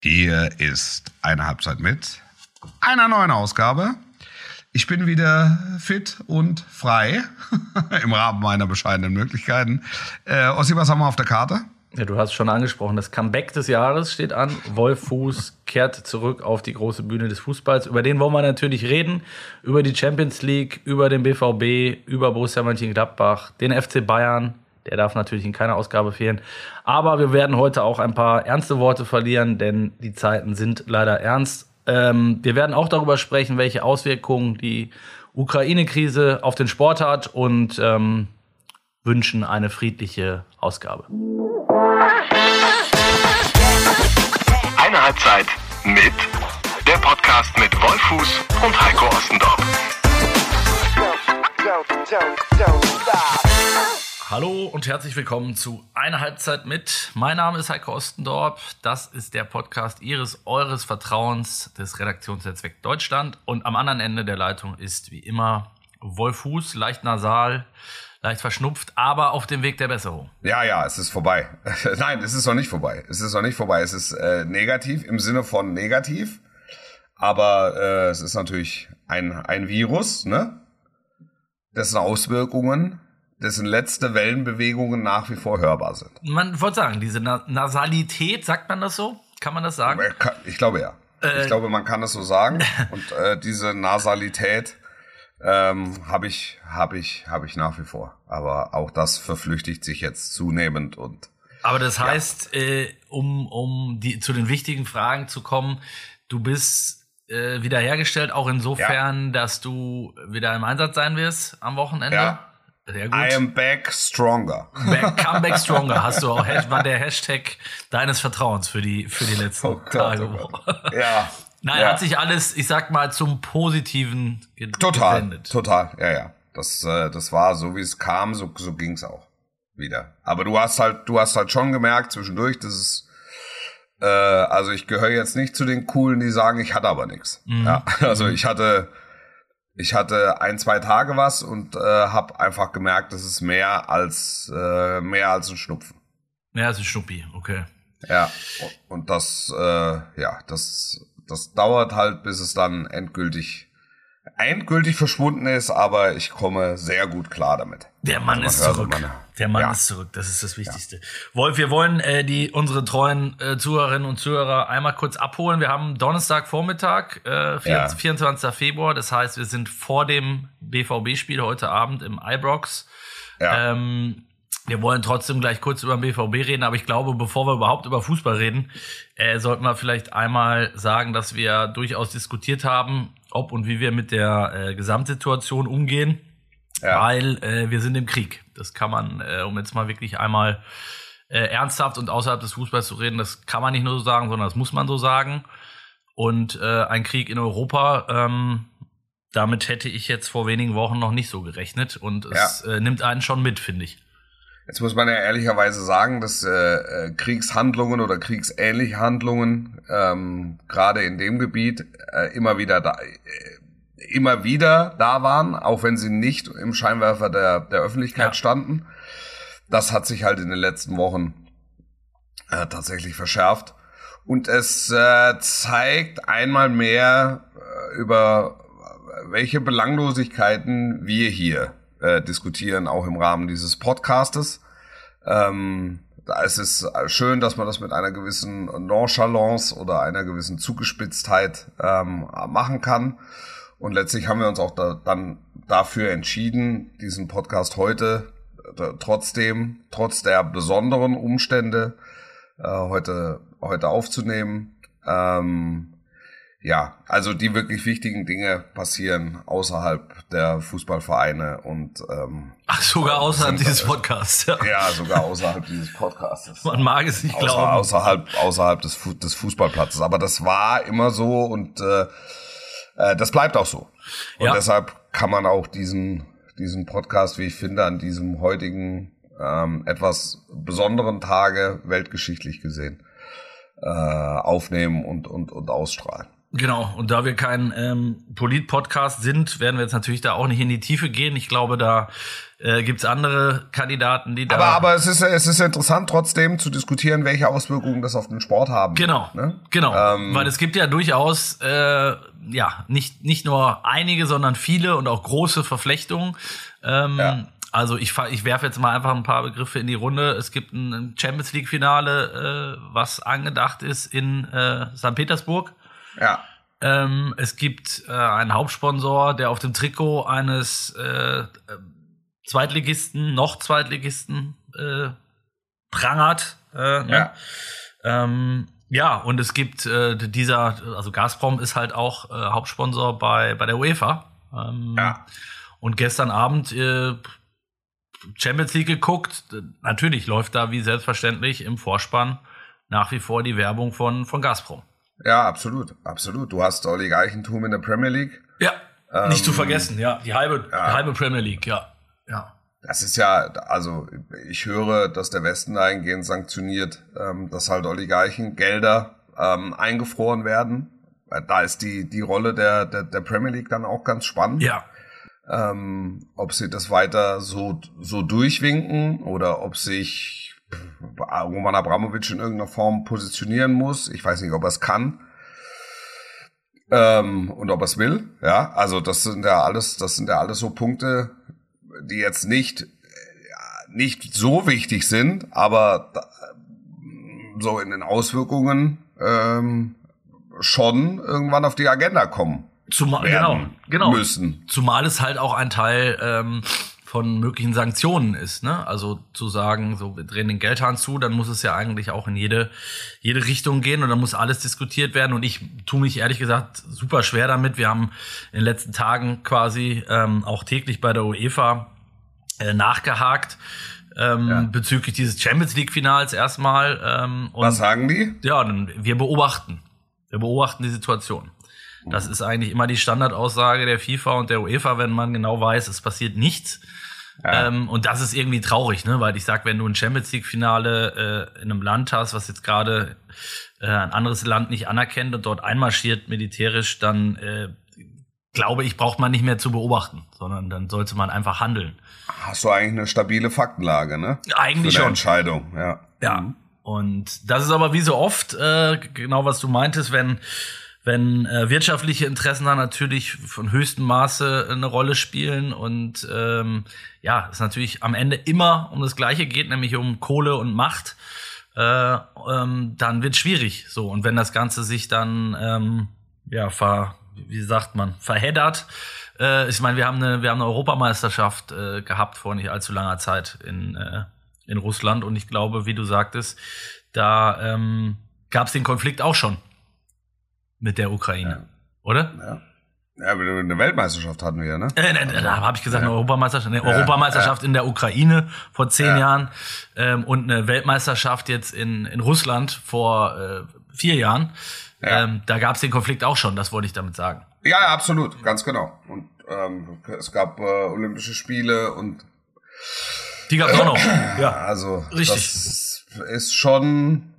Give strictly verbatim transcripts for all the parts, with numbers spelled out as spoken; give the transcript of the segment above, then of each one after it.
Hier ist eine Halbzeit mit einer neuen Ausgabe. Ich bin wieder fit und frei im Rahmen meiner bescheidenen Möglichkeiten. Äh, Ossi, was haben wir auf der Karte? Ja, du hast schon angesprochen, das Comeback des Jahres steht an. Wolf Fuß kehrt zurück auf die große Bühne des Fußballs. Über den wollen wir natürlich reden. Über die Champions League, über den B V B, über Borussia Mönchengladbach, den F C Bayern. Der darf natürlich in keiner Ausgabe fehlen. Aber wir werden heute auch ein paar ernste Worte verlieren, denn die Zeiten sind leider ernst. Ähm, wir werden auch darüber sprechen, welche Auswirkungen die Ukraine-Krise auf den Sport hat und ähm, wünschen eine friedliche Ausgabe. Eine Halbzeit mit der Podcast mit Wolf Fuß und Heiko Ostendorf. Hallo und herzlich willkommen zu Eine Halbzeit mit. Mein Name ist Heiko Ostendorf. Das ist der Podcast Ihres, eures Vertrauens des Redaktionsnetzwerks Deutschland. Und am anderen Ende der Leitung ist wie immer Wolf Fuß, leicht nasal, leicht verschnupft, aber auf dem Weg der Besserung. Ja, ja, es ist vorbei. Nein, es ist noch nicht vorbei. Es ist noch nicht vorbei. Es ist äh, negativ im Sinne von negativ. Aber äh, es ist natürlich ein, ein Virus, ne? Dessen Auswirkungen, dessen letzte Wellenbewegungen nach wie vor hörbar sind. Man wollte sagen, diese Na- Nasalität, sagt man das so? Kann man das sagen? Ich glaube ja. Äh, ich glaube, man kann das so sagen. Und äh, diese Nasalität ähm, habe ich, habe ich, habe ich nach wie vor. Aber auch das verflüchtigt sich jetzt zunehmend und. Aber das heißt, ja. äh, um um die zu den wichtigen Fragen zu kommen, du bist äh, wiederhergestellt, auch insofern, ja. dass du wieder im Einsatz sein wirst am Wochenende. Ja. Sehr gut. I am back stronger. Back, come back stronger. Hast du auch, war der Hashtag deines Vertrauens für die, für die letzten oh Gott, Tage. Oh Gott. Ja. Nein, ja. hat sich alles, ich sag mal, zum Positiven ge- total, gewendet. Total, ja, ja. Das, äh, das war so, wie es kam, so, so ging's auch wieder. Aber du hast halt, du hast halt schon gemerkt zwischendurch, dass es, äh, also ich gehöre jetzt nicht zu den Coolen, die sagen, ich hatte aber nichts. Mhm. Ja, also ich hatte, Ich hatte ein, zwei Tage was und äh, habe einfach gemerkt, das ist mehr als äh, mehr als ein Schnupfen. Mehr als ein Schnuppi, okay. Ja, und das, äh, ja, das, das dauert halt, bis es dann endgültig, endgültig verschwunden ist, aber ich komme sehr gut klar damit. Der Mann ist hört, zurück. meine, Der Mann ja. ist zurück, das ist das Wichtigste. Ja. Wolf, wir wollen äh, die unsere treuen äh, Zuhörerinnen und Zuhörer einmal kurz abholen. Wir haben Donnerstagvormittag, äh, ja. vierundzwanzigsten Februar. Das heißt, wir sind vor dem B V B-Spiel heute Abend im Ibrox. Ja. Ähm, wir wollen trotzdem gleich kurz über den B V B reden, aber ich glaube, bevor wir überhaupt über Fußball reden, äh, sollten wir vielleicht einmal sagen, dass wir durchaus diskutiert haben, ob und wie wir mit der äh, Gesamtsituation umgehen. Ja. Weil äh, wir sind im Krieg. Das kann man, äh, um jetzt mal wirklich einmal äh, ernsthaft und außerhalb des Fußballs zu reden, das kann man nicht nur so sagen, sondern das muss man so sagen. Und äh, ein Krieg in Europa, ähm, damit hätte ich jetzt vor wenigen Wochen noch nicht so gerechnet. Und es ja. äh, nimmt einen schon mit, finde ich. Jetzt muss man ja ehrlicherweise sagen, dass äh, Kriegshandlungen oder kriegsähnliche Handlungen ähm, gerade in dem Gebiet äh, immer wieder da äh, immer wieder da waren, auch wenn sie nicht im Scheinwerfer der, der Öffentlichkeit ja. standen. Das hat sich halt in den letzten Wochen äh, tatsächlich verschärft. Und es äh, zeigt einmal mehr äh, über welche Belanglosigkeiten wir hier äh, diskutieren, auch im Rahmen dieses Podcastes. Ähm, da ist es schön, dass man das mit einer gewissen Nonchalance oder einer gewissen Zugespitztheit ähm, machen kann. Und letztlich haben wir uns auch da, dann dafür entschieden, diesen Podcast heute äh, trotzdem, trotz der besonderen Umstände, äh, heute, heute aufzunehmen. Ähm, ja, also die wirklich wichtigen Dinge passieren außerhalb der Fußballvereine und ähm, ach, sogar außerhalb sind, dieses Podcasts. Ja. ja, sogar außerhalb dieses Podcasts. Man mag es nicht Außer, glauben. Außerhalb, außerhalb des, des Fußballplatzes. Aber das war immer so und äh, das bleibt auch so. Und ja. deshalb kann man auch diesen, diesen Podcast, wie ich finde, an diesem heutigen ähm, etwas besonderen Tage, weltgeschichtlich gesehen, äh, aufnehmen und, und, und ausstrahlen. Genau, und da wir kein ähm, Polit-Podcast sind, werden wir jetzt natürlich da auch nicht in die Tiefe gehen. Ich glaube, da äh, gibt's andere Kandidaten, die da... Aber, aber es ist es ist interessant trotzdem zu diskutieren, welche Auswirkungen das auf den Sport haben. Genau, ne? genau, ähm, weil es gibt ja durchaus äh, ja nicht nicht nur einige, sondern viele und auch große Verflechtungen. Ähm, ja. Also ich, ich werfe jetzt mal einfach ein paar Begriffe in die Runde. Es gibt ein Champions League Finale, äh, was angedacht ist in äh, Sankt Petersburg. Ja. Ähm, es gibt äh, einen Hauptsponsor, der auf dem Trikot eines äh, Zweitligisten, noch Zweitligisten äh, prangert. Äh, ne? Ja. Ähm, ja, und es gibt äh, dieser, also Gazprom ist halt auch äh, Hauptsponsor bei bei der UEFA. Ähm, ja. Und gestern Abend äh, Champions League geguckt. Natürlich läuft da wie selbstverständlich im Vorspann nach wie vor die Werbung von von Gazprom. Ja, absolut, absolut. Du hast Oligarchentum in der Premier League. Ja, ähm, nicht zu Ähm, vergessen, ja, die halbe, ja. die halbe Premier League, ja, ja. Das ist ja, also ich höre, dass der Westen eingehend sanktioniert, ähm, dass halt Oligarchengelder ähm, eingefroren werden. Da ist die die Rolle der, der der Premier League dann auch ganz spannend. Ja. Ähm, ob sie das weiter so so durchwinken oder ob sich Roman Abramovich in irgendeiner Form positionieren muss. Ich weiß nicht, ob er es kann ähm, und ob er es will. Ja, also das sind ja alles, das sind ja alles so Punkte, die jetzt nicht nicht so wichtig sind, aber so in den Auswirkungen ähm, schon irgendwann auf die Agenda kommen. Zumal, genau, genau. müssen. Zumal es halt auch ein Teil ähm, von möglichen Sanktionen ist, ne? Also zu sagen, so wir drehen den Geldhahn zu, dann muss es ja eigentlich auch in jede jede Richtung gehen und dann muss alles diskutiert werden. Und ich tue mich ehrlich gesagt super schwer damit. Wir haben in den letzten Tagen quasi ähm, auch täglich bei der UEFA äh, nachgehakt ähm, ja. bezüglich dieses Champions League Finals erstmal. Ähm, und was sagen die? Ja, dann wir beobachten, wir beobachten die Situation. Das ist eigentlich immer die Standardaussage der FIFA und der UEFA, wenn man genau weiß, es passiert nichts. Ja. Ähm, und das ist irgendwie traurig, ne? Weil ich sag, wenn du ein Champions League Finale äh, in einem Land hast, was jetzt gerade äh, ein anderes Land nicht anerkennt und dort einmarschiert militärisch, dann äh, glaube ich, braucht man nicht mehr zu beobachten, sondern dann sollte man einfach handeln. Hast du eigentlich eine stabile Faktenlage, ne? Eigentlich Für eine schon. Entscheidung, ja. Ja. Mhm. Und das ist aber wie so oft, äh, genau was du meintest, wenn wenn äh, wirtschaftliche Interessen da natürlich von höchstem Maße eine Rolle spielen und ähm, ja, es natürlich am Ende immer um das Gleiche geht, nämlich um Kohle und Macht, äh, ähm, dann wird schwierig. So, und wenn das Ganze sich dann ähm, ja ver, wie sagt man, verheddert. Äh, ich meine, wir haben eine wir haben eine Europameisterschaft äh, gehabt vor nicht allzu langer Zeit in äh, in Russland und ich glaube, wie du sagtest, da ähm, gab es den Konflikt auch schon. Mit der Ukraine, ja. Oder? Ja. Ja, eine Weltmeisterschaft hatten wir ja, ne? Äh, äh, da habe ich gesagt, eine Europameisterschaft, eine ja, Europameisterschaft ja. in der Ukraine vor zehn ja. Jahren ähm, und eine Weltmeisterschaft jetzt in, in Russland vor äh, vier Jahren. Ja. Ähm, da gab es den Konflikt auch schon, das wollte ich damit sagen. Ja, ja, absolut, ganz genau. Und ähm, es gab äh, Olympische Spiele und die gab es auch noch. Ja, also richtig. Das ist schon,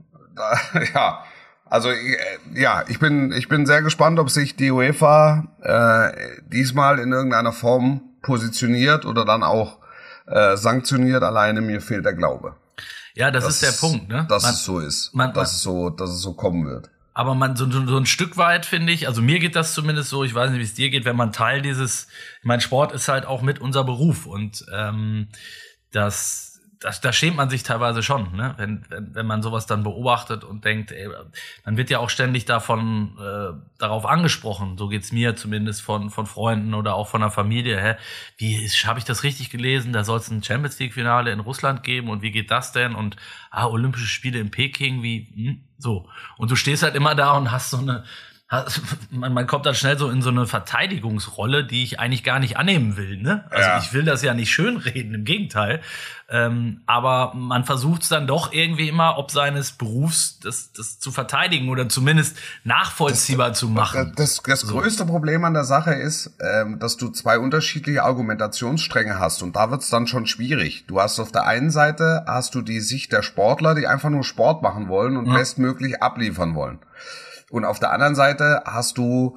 ja. Also ja, ich bin ich bin sehr gespannt, ob sich die UEFA äh, diesmal in irgendeiner Form positioniert oder dann auch äh, sanktioniert. Alleine mir fehlt der Glaube. Ja, das, das ist der Punkt, ne? Dass man, es so ist, man, dass es so, dass es so kommen wird. Aber man so, so ein Stück weit finde ich, also mir geht das zumindest so. Ich weiß nicht, wie es dir geht, wenn man Teil dieses. Mein Sport ist halt auch mit unser Beruf und ähm, das. Das, da schämt man sich teilweise schon, ne? wenn, wenn, wenn man sowas dann beobachtet und denkt, ey, man wird ja auch ständig davon äh, darauf angesprochen, so geht's mir zumindest von von Freunden oder auch von der Familie. Hä? Wie habe ich das richtig gelesen? Da soll es ein Champions League Finale in Russland geben und wie geht das denn? Und ah, Olympische Spiele in Peking, wie hm? so. Und du stehst halt immer da und hast so eine Man, man kommt dann schnell so in so eine Verteidigungsrolle, die ich eigentlich gar nicht annehmen will. Ne? Also ja. ich will das ja nicht schönreden, im Gegenteil. Ähm, aber man versucht es dann doch irgendwie immer, ob seines Berufs, das, das zu verteidigen oder zumindest nachvollziehbar das, zu machen. Das, das, das so. größte Problem an der Sache ist, ähm, dass du zwei unterschiedliche Argumentationsstränge hast und da wird's dann schon schwierig. Du hast auf der einen Seite hast du die Sicht der Sportler, die einfach nur Sport machen wollen und ja. bestmöglich abliefern wollen. Und auf der anderen Seite hast du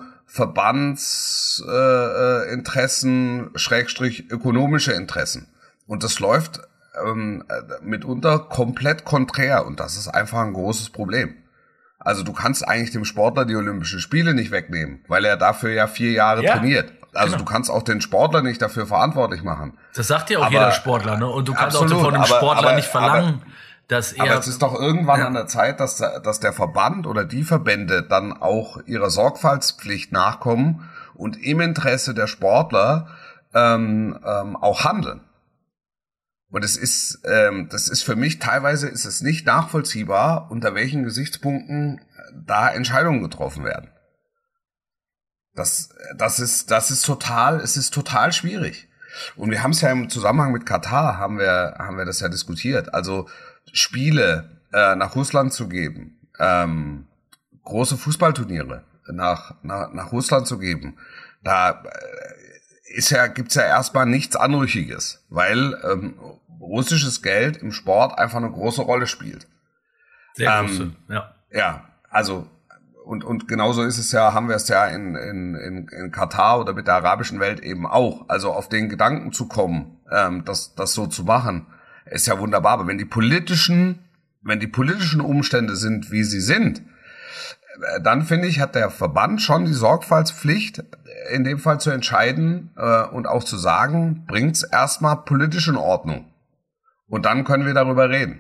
Verbandsinteressen, äh, Schrägstrich ökonomische Interessen. Und das läuft ähm, mitunter komplett konträr. Und das ist einfach ein großes Problem. Also du kannst eigentlich dem Sportler die Olympischen Spiele nicht wegnehmen, weil er dafür ja vier Jahre ja, trainiert. Also genau. Du kannst auch den Sportler nicht dafür verantwortlich machen. Das sagt ja auch aber, jeder Sportler, ne? Und du kannst absolut, auch von dem aber, Sportler aber, nicht verlangen, aber, dass er... Aber es ist doch irgendwann ja. an der Zeit, dass der, dass der Verband oder die Verbände dann auch ihrer Sorgfaltspflicht nachkommen und im Interesse der Sportler ähm, ähm, auch handeln. Und es ist, ähm, das ist für mich teilweise ist es nicht nachvollziehbar, unter welchen Gesichtspunkten da Entscheidungen getroffen werden. Das, das ist, das ist total, es ist total schwierig. Und wir haben es ja im Zusammenhang mit Katar haben wir, haben wir das ja diskutiert. Also Spiele äh, nach Russland zu geben, ähm, große Fußballturniere nach, nach, nach Russland zu geben, da ist ja, gibt's ja erstmal nichts Anrüchiges, weil ähm, russisches Geld im Sport einfach eine große Rolle spielt. Sehr große, ähm, ja. Ja, also und und genauso ist es ja, haben wir es ja in in in, in Katar oder mit der arabischen Welt eben auch. Also auf den Gedanken zu kommen, ähm, das das so zu machen, ist ja wunderbar. Aber wenn die politischen, wenn die politischen Umstände sind, wie sie sind, dann finde ich, hat der Verband schon die Sorgfaltspflicht, in dem Fall zu entscheiden äh, und auch zu sagen, bringt's erstmal politisch in Ordnung. Und dann können wir darüber reden.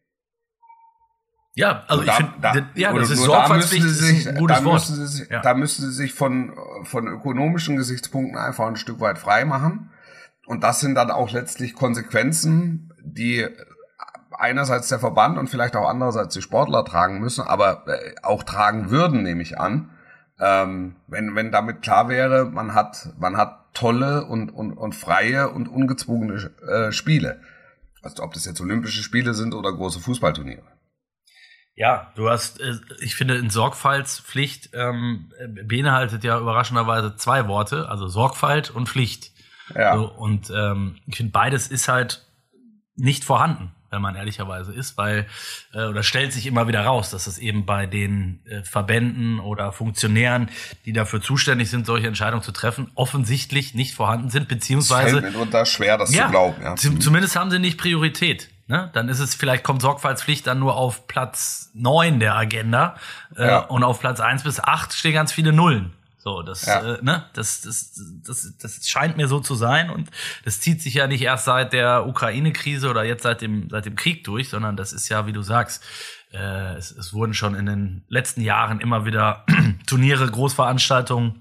Ja, also da, ich finde, da, ja, das ist da Sorgfaltspflicht, müssen sie sich, ist ein gutes da Wort. Müssen sie sich, ja. Da müssen sie sich von, von ökonomischen Gesichtspunkten einfach ein Stück weit frei machen. Und das sind dann auch letztlich Konsequenzen, die einerseits der Verband und vielleicht auch andererseits die Sportler tragen müssen, aber auch tragen würden, nehme ich an, ähm, wenn wenn damit klar wäre, man hat man hat tolle und und und freie und ungezwungene äh, Spiele, also ob das jetzt Olympische Spiele sind oder große Fußballturniere. Ja, du hast, äh, ich finde, in Sorgfaltspflicht ähm, beinhaltet ja überraschenderweise zwei Worte, also Sorgfalt und Pflicht. Ja. So, und ähm, ich finde, beides ist halt nicht vorhanden, wenn man ehrlicherweise ist, weil, äh, oder stellt sich immer wieder raus, dass es eben bei den äh, Verbänden oder Funktionären, die dafür zuständig sind, solche Entscheidungen zu treffen, offensichtlich nicht vorhanden sind, beziehungsweise... Es fällt mitunter schwer, das ja, zu glauben. Ja. Z- zumindest haben sie nicht Priorität. Ne? Dann ist es, vielleicht kommt Sorgfaltspflicht dann nur auf Platz neun der Agenda äh, ja. und auf Platz eins bis acht stehen ganz viele Nullen. So, das, ja. äh, ne, das, das, das, das scheint mir so zu sein und das zieht sich ja nicht erst seit der Ukraine-Krise oder jetzt seit dem, seit dem Krieg durch, sondern das ist ja, wie du sagst, äh, es, es wurden schon in den letzten Jahren immer wieder Turniere, Großveranstaltungen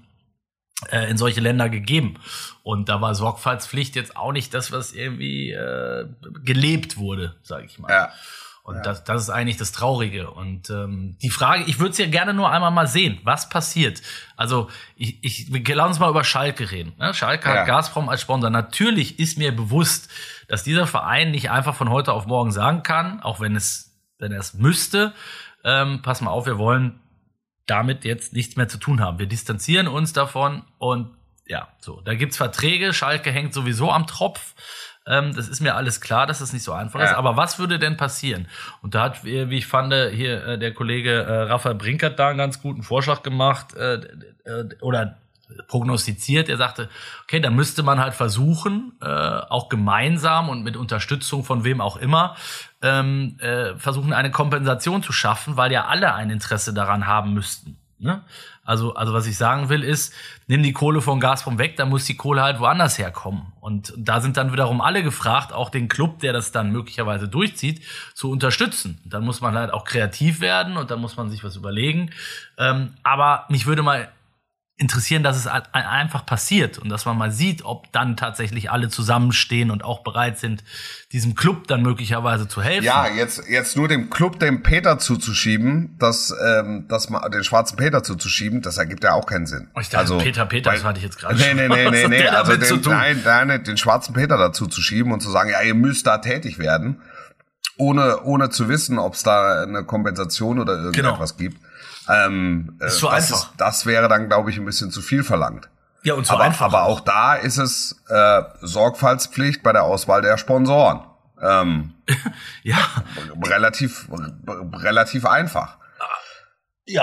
äh, in solche Länder gegeben. Und da war Sorgfaltspflicht jetzt auch nicht das, was irgendwie äh, gelebt wurde, sage ich mal. Ja. Und ja. das, das ist eigentlich das Traurige. Und ähm, die Frage, ich würde es ja gerne nur einmal mal sehen, was passiert. Also ich, ich lass uns mal über Schalke reden. Ne? Schalke ja. hat Gazprom als Sponsor. Natürlich ist mir bewusst, dass dieser Verein nicht einfach von heute auf morgen sagen kann, auch wenn es, wenn er es müsste, ähm, pass mal auf, wir wollen damit jetzt nichts mehr zu tun haben. Wir distanzieren uns davon und ja, so. Da gibt's Verträge, Schalke hängt sowieso am Tropf. Ähm, das ist mir alles klar, dass es das nicht so einfach ja. ist. Aber was würde denn passieren? Und da hat, wie ich fand, hier äh, der Kollege äh, Raphael Brinkert da einen ganz guten Vorschlag gemacht äh, äh, oder prognostiziert. Er sagte, okay, da müsste man halt versuchen, äh, auch gemeinsam und mit Unterstützung von wem auch immer, ähm, äh, versuchen, eine Kompensation zu schaffen, weil ja alle ein Interesse daran haben müssten. Ne? Also, also was ich sagen will ist, nimm die Kohle von Gazprom weg, dann muss die Kohle halt woanders herkommen. Und da sind dann wiederum alle gefragt, auch den Club, der das dann möglicherweise durchzieht, zu unterstützen. Und dann muss man halt auch kreativ werden und dann muss man sich was überlegen. Ähm, aber mich würde mal interessieren, dass es einfach passiert und dass man mal sieht, ob dann tatsächlich alle zusammenstehen und auch bereit sind, diesem Club dann möglicherweise zu helfen. Ja, jetzt jetzt nur dem Club dem Peter zuzuschieben, das ähm, das mal den schwarzen Peter zuzuschieben, das ergibt ja auch keinen Sinn. Oh, ich dachte, also Peter Peter, das hatte ich jetzt gerade nee, nee, nee, nee, nee, also den, nein, nein, den schwarzen Peter dazu zu schieben und zu sagen, ja, ihr müsst da tätig werden, ohne ohne zu wissen, ob es da eine Kompensation oder irgendetwas genau. gibt. Ähm, ist so das, einfach. Ist, das wäre dann, glaube ich, ein bisschen zu viel verlangt. Ja, und so aber, einfach. Aber auch da ist es äh, Sorgfaltspflicht bei der Auswahl der Sponsoren. Ähm, ja. Relativ, relativ einfach. Ja,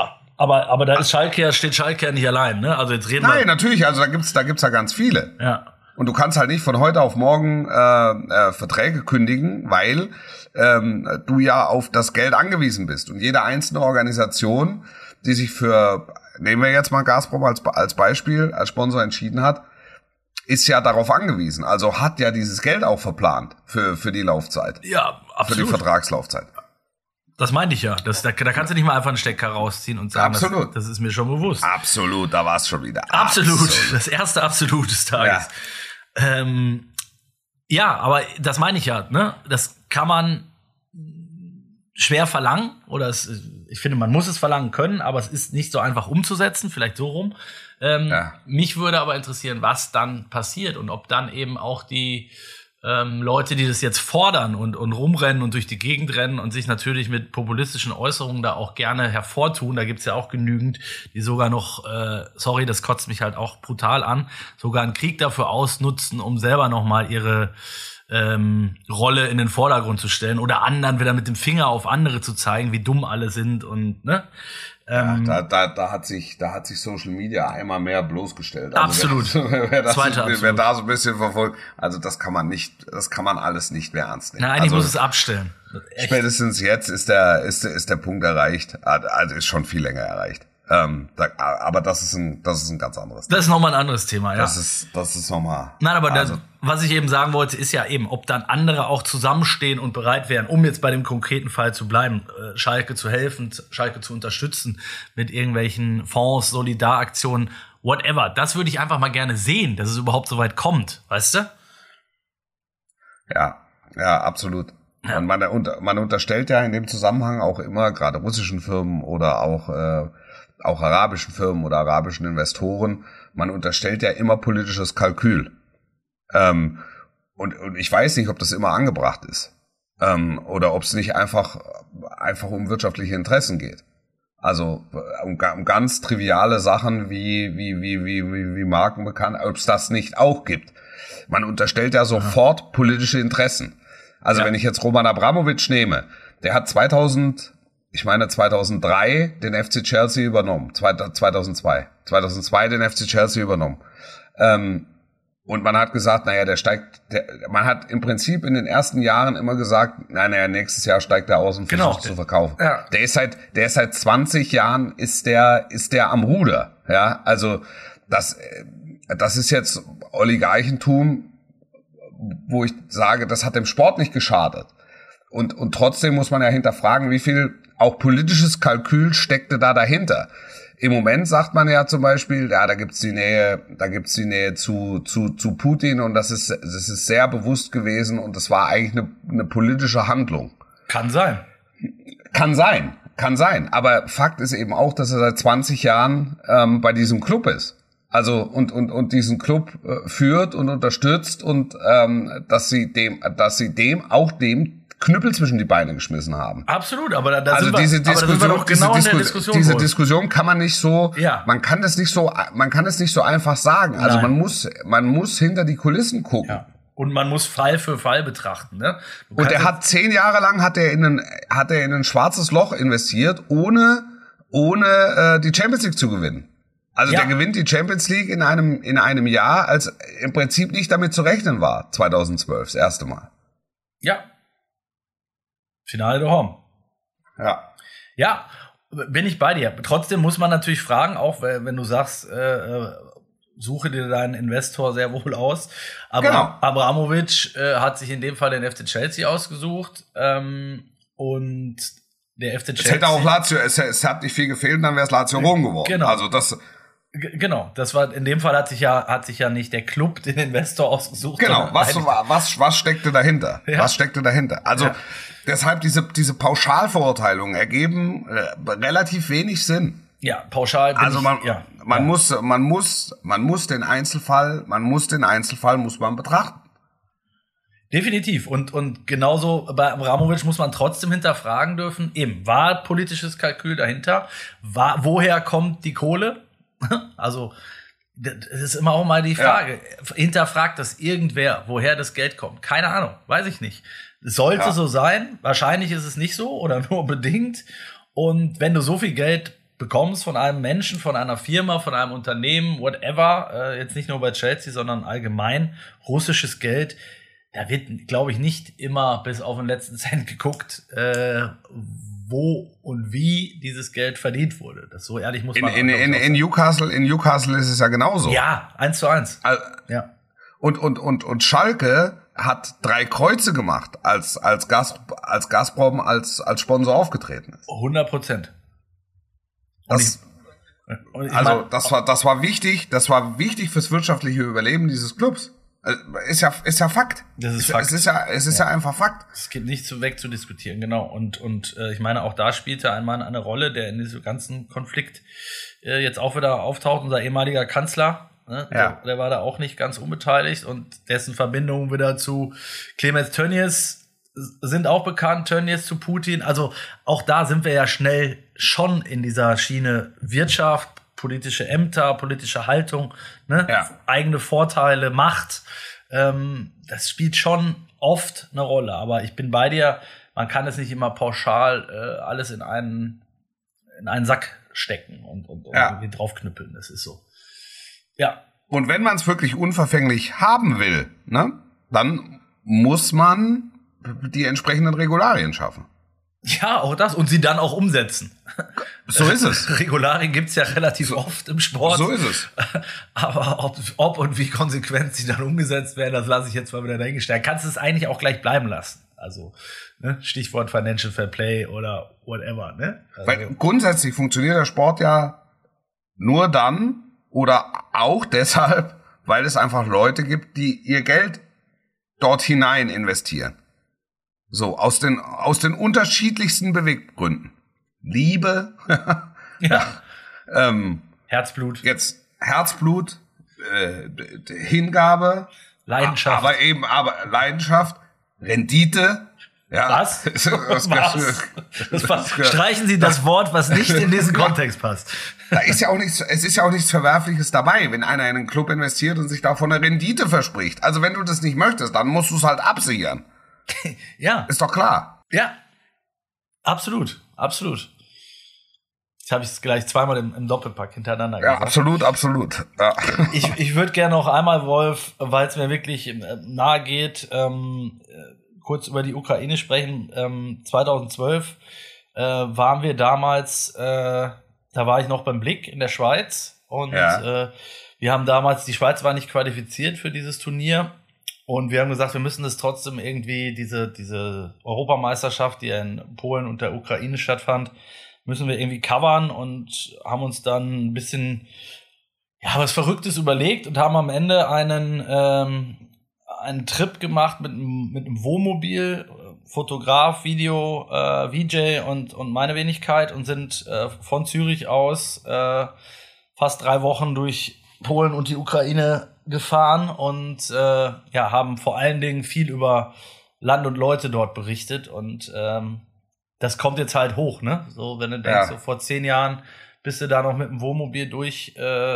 Aber, aber da ist Schalke ja, steht Schalke ja nicht allein, ne? Also jetzt reden Nein, wir. natürlich, also da gibt's, da gibt's ja ganz viele. Ja. Und du kannst halt nicht von heute auf morgen äh, äh, Verträge kündigen, weil ähm, du ja auf das Geld angewiesen bist. Und jede einzelne Organisation, die sich für, nehmen wir jetzt mal Gazprom als, als Beispiel, als Sponsor entschieden hat, ist ja darauf angewiesen. Also hat ja dieses Geld auch verplant für, für die Laufzeit. Ja, absolut. Für die Vertragslaufzeit. Das meinte ich ja. Das, da, da kannst du nicht mal einfach einen Stecker rausziehen und sagen, Absolut. Das, das ist mir schon bewusst. Absolut, da war es schon wieder. Absolut. Absolut. Das erste Absolut des Tages. Ja. Ähm, ja, aber das meine ich ja. Ne? Das kann man schwer verlangen. Oder es, ich finde, man muss es verlangen können, aber es ist nicht so einfach umzusetzen. Vielleicht so rum. Ähm, ja. Mich würde aber interessieren, was dann passiert und ob dann eben auch die Ähm, Leute, die das jetzt fordern und, und rumrennen und durch die Gegend rennen und sich natürlich mit populistischen Äußerungen da auch gerne hervortun, da gibt's ja auch genügend, die sogar noch, äh, sorry, das kotzt mich halt auch brutal an, sogar einen Krieg dafür ausnutzen, um selber nochmal ihre ähm, Rolle in den Vordergrund zu stellen oder anderen wieder mit dem Finger auf andere zu zeigen, wie dumm alle sind und, ne? Ähm, ja, da, da, da hat sich, da hat sich Social Media einmal mehr bloßgestellt. Also absolut. Wer, wer, das, Zweite wer, absolut. wer da so ein bisschen verfolgt, also das kann man nicht, das kann man alles nicht mehr ernst nehmen. Nein, eigentlich also, muss es abstellen. Echt? Spätestens jetzt ist der, ist, ist der Punkt erreicht. Also ist schon viel länger erreicht. Ähm, da, aber das ist ein, das ist ein ganz anderes Thema. Das ist nochmal ein anderes Thema, ja. Das ist, das ist nochmal. Nein, aber also, das, was ich eben sagen wollte, ist ja eben, ob dann andere auch zusammenstehen und bereit wären, um jetzt bei dem konkreten Fall zu bleiben, äh, Schalke zu helfen, Schalke zu unterstützen mit irgendwelchen Fonds, Solidaraktionen, whatever. Das würde ich einfach mal gerne sehen, dass es überhaupt so weit kommt, weißt du? Ja, ja, absolut. Ja. Und man, man unterstellt ja in dem Zusammenhang auch immer, gerade russischen Firmen oder auch äh, auch arabischen Firmen oder arabischen Investoren, man unterstellt ja immer politisches Kalkül. Ähm, und, und ich weiß nicht, ob das immer angebracht ist. Ähm, oder ob es nicht einfach, einfach um wirtschaftliche Interessen geht. Also um, um ganz triviale Sachen wie, wie, wie, wie, wie, wie Marken bekannt, ob es das nicht auch gibt. Man unterstellt ja sofort ja. politische Interessen. Also ja. wenn ich jetzt Roman Abramovic nehme, der hat zweitausend Ich meine zweitausenddrei den F C Chelsea übernommen, zweitausendzwei, zweitausendzwei den F C Chelsea übernommen. Ähm, und man hat gesagt, naja, der steigt, der, man hat im Prinzip in den ersten Jahren immer gesagt, naja, naja nächstes Jahr steigt er aus und versucht genau. zu verkaufen. Ja. Der ist seit, der ist seit zwanzig Jahren ist der, ist der am Ruder. Ja, also das, das ist jetzt Oligarchentum, wo ich sage, das hat dem Sport nicht geschadet. Und, und trotzdem muss man ja hinterfragen, wie viel auch politisches Kalkül steckte da dahinter. Im Moment sagt man ja zum Beispiel, ja, da gibt's die Nähe, da gibt's die Nähe zu, zu, zu Putin und das ist, das ist sehr bewusst gewesen und das war eigentlich eine, eine politische Handlung. Kann sein. Kann sein, kann sein. Aber Fakt ist eben auch, dass er seit zwanzig Jahren ähm, bei diesem Club ist. Also und und und diesen Club äh, führt und unterstützt und ähm, dass sie dem, dass sie dem auch dem Knüppel zwischen die Beine geschmissen haben. Absolut, aber da, da also sind wir, diese aber da sind wir doch genau diese, in der Diskussion. Diese Diskussion kann man nicht so, ja. man kann das nicht so, man kann es nicht so einfach sagen. Also Nein. man muss, man muss hinter die Kulissen gucken. Ja. Und man muss Fall für Fall betrachten, ne? Und er hat zehn Jahre lang hat er in ein, hat er in ein schwarzes Loch investiert, ohne, ohne äh, die Champions League zu gewinnen. Also ja. der gewinnt die Champions League in einem, in einem Jahr, als im Prinzip nicht damit zu rechnen war, zweitausendzwölf, das erste Mal. Ja. Finale de Home. Ja. Ja, bin ich bei dir. Trotzdem muss man natürlich fragen, auch wenn du sagst, äh, suche dir deinen Investor sehr wohl aus. Aber genau. Abramovic äh, hat sich in dem Fall den F C Chelsea ausgesucht ähm, und der F C Chelsea. Es hätte auch Lazio, es, es hat nicht viel gefehlt, dann wäre es Lazio Rom geworden. Genau. Also das. G- genau, das war in dem Fall hat sich ja hat sich ja nicht der Club den Investor ausgesucht. Genau. Was was was steckte dahinter? Ja. Was steckte dahinter? Also ja. deshalb diese diese Pauschalverurteilungen ergeben äh, relativ wenig Sinn. Ja, pauschal. Bin also man ich, ja. man ja. muss man muss man muss den Einzelfall man muss den Einzelfall muss man betrachten. Definitiv. Und, und genauso bei Abramovic muss man trotzdem hinterfragen dürfen, eben, war politisches Kalkül dahinter? War, woher kommt die Kohle? Also, das ist immer auch mal die Frage. Ja. Hinterfragt das irgendwer, woher das Geld kommt? Keine Ahnung, weiß ich nicht. Es sollte ja. so sein. Wahrscheinlich ist es nicht so oder nur bedingt. Und wenn du so viel Geld bekommst von einem Menschen, von einer Firma, von einem Unternehmen, whatever, äh, jetzt nicht nur bei Chelsea, sondern allgemein russisches Geld, da wird, glaube ich, nicht immer bis auf den letzten Cent geguckt, äh, wo und wie dieses Geld verdient wurde. Das so ehrlich muss man in, in, in, in Newcastle, in Newcastle ist es ja genauso. Ja, eins zu eins. Also, ja. Und, und, und, und Schalke hat drei Kreuze gemacht, als, als, Gas, als Gazprom als, als Sponsor aufgetreten ist. hundert Prozent. Das, Und ich also, mein, das war, das war wichtig, das war wichtig fürs wirtschaftliche Überleben dieses Clubs. Ist ja, ist ja Fakt. Das ist es, Fakt. Es ist ja, es ist ja. ja einfach Fakt. Es geht nicht so weg zu diskutieren, genau. Und, und äh, ich meine, auch da spielte ein Mann eine Rolle, der in diesem ganzen Konflikt äh, jetzt auch wieder auftaucht, unser ehemaliger Kanzler. Ne? Ja. Der, der war da auch nicht ganz unbeteiligt und dessen Verbindungen wieder zu Clemens Tönnies sind auch bekannt, Tönnies zu Putin. Also auch da sind wir ja schnell schon in dieser Schiene Wirtschaft, politische Ämter, politische Haltung, ne? Ja. Eigene Vorteile, Macht. Ähm, das spielt schon oft eine Rolle. Aber ich bin bei dir, man kann es nicht immer pauschal äh, alles in einen, in einen Sack stecken und, und, und ja. irgendwie draufknüppeln. Das ist so. Ja. Und wenn man es wirklich unverfänglich haben will, ne, dann muss man die entsprechenden Regularien schaffen. Ja, auch das. Und sie dann auch umsetzen. So ist es. Regularien gibt's ja relativ so, oft im Sport. So ist es. Aber ob, ob und wie konsequent sie dann umgesetzt werden, das lasse ich jetzt mal wieder dahingestellt. Kannst du es eigentlich auch gleich bleiben lassen. Also, ne? Stichwort Financial Fair Play oder whatever. Ne? Also, weil grundsätzlich funktioniert der Sport ja nur dann oder auch deshalb, weil es einfach Leute gibt, die ihr Geld dort hinein investieren. So, aus den, aus den unterschiedlichsten Beweggründen. Liebe, ja. ähm, Herzblut. Jetzt Herzblut, äh, Hingabe, Leidenschaft. Aber eben, aber Leidenschaft, Rendite. Ja. Was? das, was? Das was? Streichen Sie das Wort, was nicht in diesen Kontext passt. Da ist ja auch nichts, es ist ja auch nichts Verwerfliches dabei, wenn einer in einen Club investiert und sich davon eine Rendite verspricht. Also wenn du das nicht möchtest, dann musst du es halt absichern. Ja. Ist doch klar. Ja. Absolut. Absolut. Jetzt habe ich es gleich zweimal im, im Doppelpack hintereinander ja, gesagt. Ja, absolut, absolut. Ja. Ich, ich würde gerne noch einmal, Wolf, weil es mir wirklich nahe geht, ähm, kurz über die Ukraine sprechen. Ähm, zweitausendzwölf äh, waren wir damals, äh, da war ich noch beim Blick in der Schweiz und ja. äh, wir haben damals, die Schweiz war nicht qualifiziert für dieses Turnier. Und wir haben gesagt, wir müssen es trotzdem irgendwie, diese, diese Europameisterschaft, die ja in Polen und der Ukraine stattfand, müssen wir irgendwie covern und haben uns dann ein bisschen, ja, was Verrücktes überlegt und haben am Ende einen, ähm, einen Trip gemacht mit, mit einem Wohnmobil, Fotograf, Video, äh, V J und, und meine Wenigkeit und sind äh, von Zürich aus äh, fast drei Wochen durch Polen und die Ukraine gefahren und äh, ja, haben vor allen Dingen viel über Land und Leute dort berichtet und ähm, das kommt jetzt halt hoch, ne? So, wenn du denkst, ja. so vor zehn Jahren bist du da noch mit dem Wohnmobil durch äh,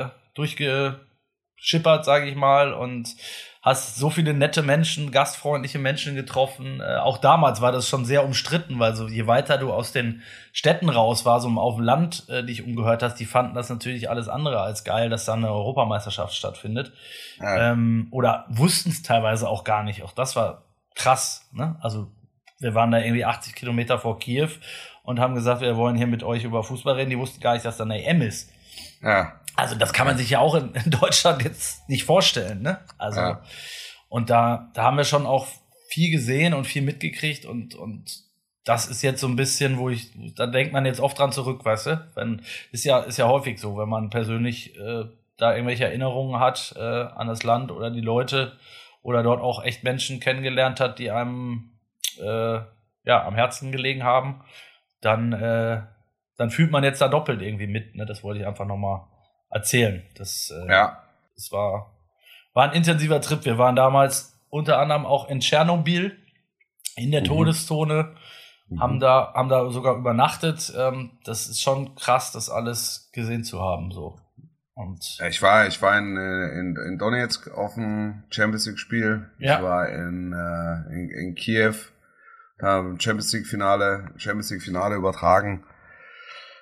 durchgeschippert, sage ich mal, und hast so viele nette Menschen, gastfreundliche Menschen getroffen. Äh, auch damals war das schon sehr umstritten, weil so je weiter du aus den Städten raus warst, um auf dem Land äh, dich umgehört hast, die fanden das natürlich alles andere als geil, dass da eine Europameisterschaft stattfindet. Ja. Ähm, oder wussten es teilweise auch gar nicht. Auch das war krass, ne? Also wir waren da irgendwie achtzig Kilometer vor Kiew und haben gesagt, wir wollen hier mit euch über Fußball reden. Die wussten gar nicht, dass da eine E M ist. Ja. Also das kann man sich ja auch in, in Deutschland jetzt nicht vorstellen, ne? Also ja. Und da, da haben wir schon auch viel gesehen und viel mitgekriegt und, und das ist jetzt so ein bisschen, wo ich, da denkt man jetzt oft dran zurück, weißt du? Wenn, ist ja, ist ja häufig so, wenn man persönlich äh, da irgendwelche Erinnerungen hat äh, an das Land oder die Leute oder dort auch echt Menschen kennengelernt hat, die einem äh, ja, am Herzen gelegen haben, dann, äh, dann fühlt man jetzt da doppelt irgendwie mit, ne? Das wollte ich einfach nochmal erzählen. Das, äh, ja. das war, war ein intensiver Trip. Wir waren damals unter anderem auch in Tschernobyl in der mhm. Todeszone, mhm. haben da, haben da sogar übernachtet. Ähm, das ist schon krass, das alles gesehen zu haben, so. Und ich war, ich war in, in, in Donetsk auf dem Champions League Spiel. Ja. Ich war in, äh, in, in Kiew, da Champions League Finale, Champions League Finale übertragen.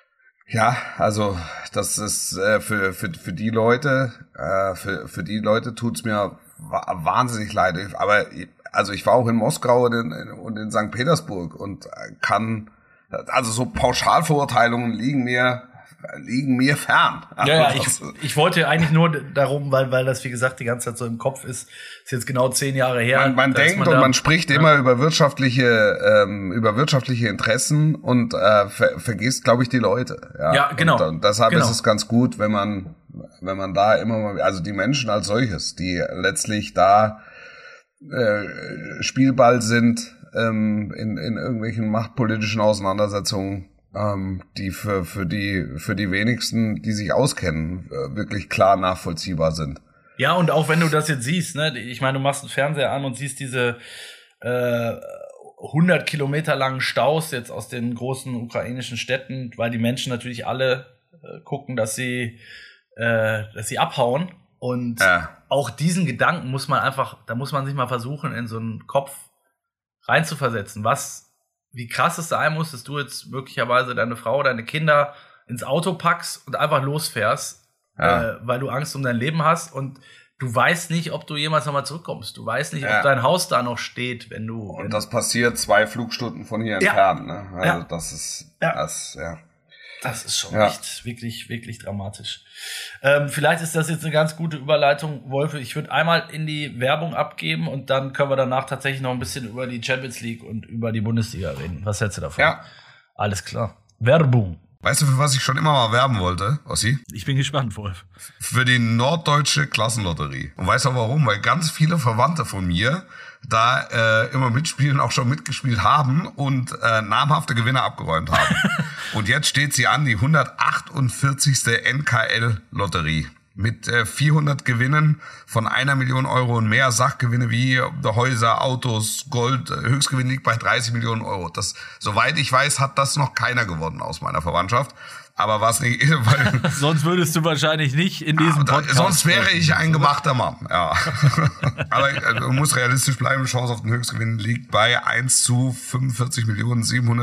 Ja, also das ist äh, für für für die Leute, äh, für für die Leute tut's mir wa- wahnsinnig leid. Aber also ich war auch in Moskau und in, und in Sankt Petersburg und kann, also so Pauschalverurteilungen liegen mir liegen mir fern. Ja, ja, ich, ich wollte eigentlich nur darum, weil weil das wie gesagt die ganze Zeit so im Kopf ist, ist jetzt genau zehn Jahre her. Man, man denkt man und da, man spricht ja. immer über wirtschaftliche ähm, über wirtschaftliche Interessen und äh, ver, vergisst, glaube ich, die Leute. Ja, ja genau. Und, und deshalb genau. ist es ganz gut, wenn man wenn man da immer mal, also die Menschen als solches, die letztlich da äh, Spielball sind ähm, in in irgendwelchen machtpolitischen Auseinandersetzungen, ähm, die für für die für die wenigsten, die sich auskennen, äh, wirklich klar nachvollziehbar sind. Ja, und auch wenn du das jetzt siehst, ne, ich meine, du machst einen Fernseher an und siehst diese äh, hundert Kilometer langen Staus jetzt aus den großen ukrainischen Städten, weil die Menschen natürlich alle äh, gucken, dass sie äh, dass sie abhauen. Und ja. auch diesen Gedanken muss man einfach, da muss man sich mal versuchen, in so einen Kopf reinzuversetzen, was, wie krass es sein muss, dass du jetzt möglicherweise deine Frau, deine Kinder ins Auto packst und einfach losfährst, ja. äh, weil du Angst um dein Leben hast und du weißt nicht, ob du jemals nochmal zurückkommst. Du weißt nicht, ja. ob dein Haus da noch steht, wenn du... Und wenn das passiert zwei Flugstunden von hier ja. entfernt. Ne? Also ja. das ist... Ja. Das, ja. Das ist schon ja. echt, wirklich, wirklich dramatisch. Ähm, vielleicht ist das jetzt eine ganz gute Überleitung, Wolfe. Ich würde einmal in die Werbung abgeben und dann können wir danach tatsächlich noch ein bisschen über die Champions League und über die Bundesliga reden. Was hältst du davon? Ja. Alles klar. Werbung. Weißt du, für was ich schon immer mal werben wollte, Ossi? Ich bin gespannt, Wolf. Für die Norddeutsche Klassenlotterie. Und weißt du warum? Weil ganz viele Verwandte von mir da äh, immer mitspielen, auch schon mitgespielt haben und äh, namhafte Gewinner abgeräumt haben. Und jetzt steht sie an, die hundertachtundvierzigste N K L-Lotterie. Mit äh, vierhundert Gewinnen von einer Million Euro und mehr. Sachgewinne wie Häuser, Autos, Gold. Höchstgewinn liegt bei dreißig Millionen Euro. Das, soweit ich weiß, hat das noch keiner gewonnen aus meiner Verwandtschaft. Aber was nicht, weil sonst würdest du wahrscheinlich nicht in diesem Podcast. Sonst wäre ich ein gemachter Mann, ja. Aber also, du musst realistisch bleiben. Die Chance auf den Höchstgewinn liegt bei eins zu fünfundvierzig Millionen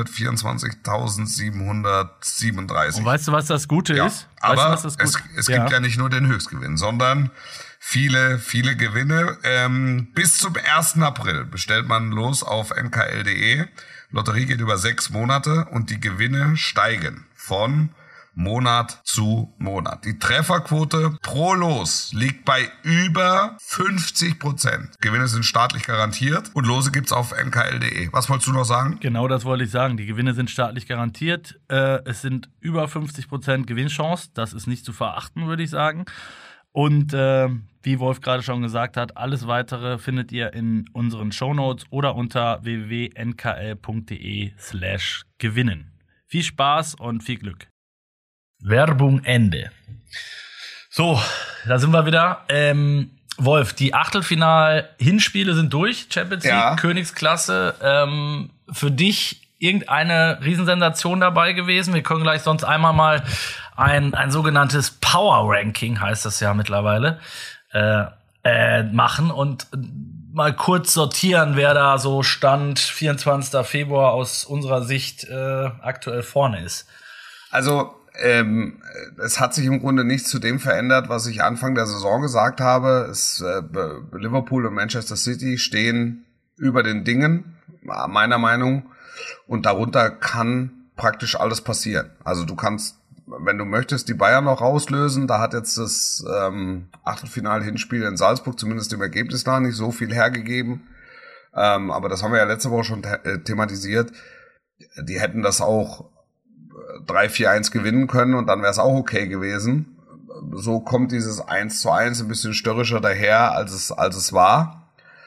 siebenhundertvierundzwanzigtausendsiebenhundertsiebenunddreißig. Und weißt du, was das Gute ja. ist? Aber weißt du, was das Gute? es, es gibt ja. ja nicht nur den Höchstgewinn, sondern viele, viele Gewinne. Ähm, bis zum ersten April bestellt man los auf n k l punkt d e. Lotterie geht über sechs Monate und die Gewinne steigen von Monat zu Monat. Die Trefferquote pro Los liegt bei über fünfzig Prozent. Gewinne sind staatlich garantiert und Lose gibt's auf n k l punkt d e. Was wolltest du noch sagen? Genau, das wollte ich sagen. Die Gewinne sind staatlich garantiert. Äh, es sind über fünfzig Prozent Gewinnchance. Das ist nicht zu verachten, würde ich sagen. Und äh, wie Wolf gerade schon gesagt hat, alles Weitere findet ihr in unseren Shownotes oder unter w w w punkt n k l punkt d e slash gewinnen. Viel Spaß und viel Glück. Werbung Ende. So, da sind wir wieder. Ähm, Wolf, die Achtelfinal-Hinspiele sind durch. Champions League, ja. Königsklasse. Ähm, für dich irgendeine Riesensensation dabei gewesen? Wir können gleich sonst einmal mal ein, ein sogenanntes Power-Ranking, heißt das ja mittlerweile, äh, äh, machen und mal kurz sortieren, wer da so Stand vierundzwanzigsten Februar aus unserer Sicht äh, aktuell vorne ist. Also Ähm, es hat sich im Grunde nichts zu dem verändert, was ich Anfang der Saison gesagt habe. Es, äh, Liverpool und Manchester City stehen über den Dingen, meiner Meinung, und darunter kann praktisch alles passieren. Also du kannst, wenn du möchtest, die Bayern noch rauslösen. Da hat jetzt das ähm, Achtelfinal-Hinspiel in Salzburg zumindest im Ergebnis nach nicht so viel hergegeben. Ähm, aber das haben wir ja letzte Woche schon te- thematisiert. Die hätten das auch drei vier eins gewinnen können und dann wäre es auch okay gewesen. So kommt dieses eins zu eins ein bisschen störrischer daher, als es als es war.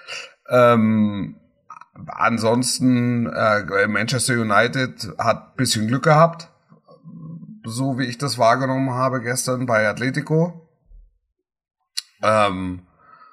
Ähm, ansonsten äh, Manchester United hat ein bisschen Glück gehabt, so wie ich das wahrgenommen habe gestern bei Atletico. Ähm,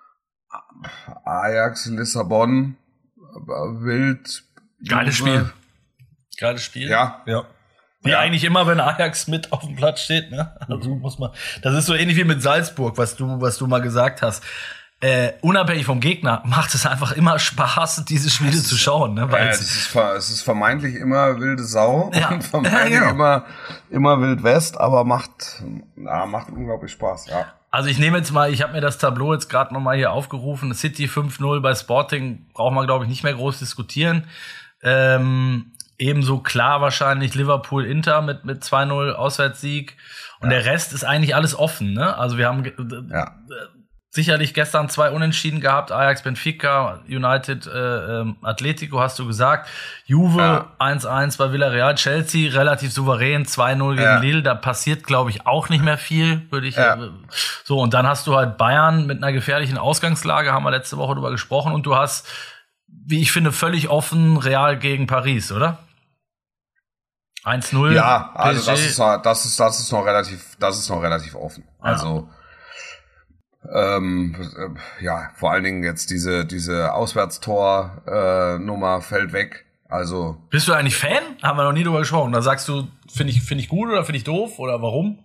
Ajax, Lissabon, wild. Geiles Spiel. Geiles Spiel. Ja. Ja. Wie ja. eigentlich immer, wenn Ajax mit auf dem Platz steht, ne? Also muss man, das ist so ähnlich wie mit Salzburg, was du, was du mal gesagt hast. Äh, unabhängig vom Gegner macht es einfach immer Spaß, diese Spiele zu schauen. Ne? Weil ja, es, ist, es ist vermeintlich immer wilde Sau ja. und vermeintlich ja, genau. immer, immer Wild West, aber macht, na, macht unglaublich Spaß. Ja. Also ich nehme jetzt mal, ich habe mir das Tableau jetzt gerade nochmal hier aufgerufen. City fünf null bei Sporting, braucht man glaube ich nicht mehr groß diskutieren. Ähm, ebenso klar wahrscheinlich Liverpool Inter mit, mit zwei null Auswärtssieg. Und ja. der Rest ist eigentlich alles offen. Ne? Also wir haben... Ja. Äh, sicherlich gestern zwei Unentschieden gehabt, Ajax, Benfica, United, äh, ähm, Atletico, hast du gesagt. Juve ja. eins eins bei Villarreal, Chelsea relativ souverän, zwei null gegen ja. Lille. Da passiert, glaube ich, auch nicht mehr viel, würde ich. Ja. Äh, so, und dann hast du halt Bayern mit einer gefährlichen Ausgangslage, haben wir letzte Woche drüber gesprochen. Und du hast, wie ich finde, völlig offen Real gegen Paris, oder? eins null. Ja, also das ist, das ist, das ist noch relativ, das ist noch relativ offen. Also, ja. Ähm, ja, vor allen Dingen jetzt diese diese Auswärtstor-Nummer äh, fällt weg. Also bist du eigentlich Fan? Haben wir noch nie drüber gesprochen. Da sagst du, finde ich finde ich gut oder finde ich doof oder warum?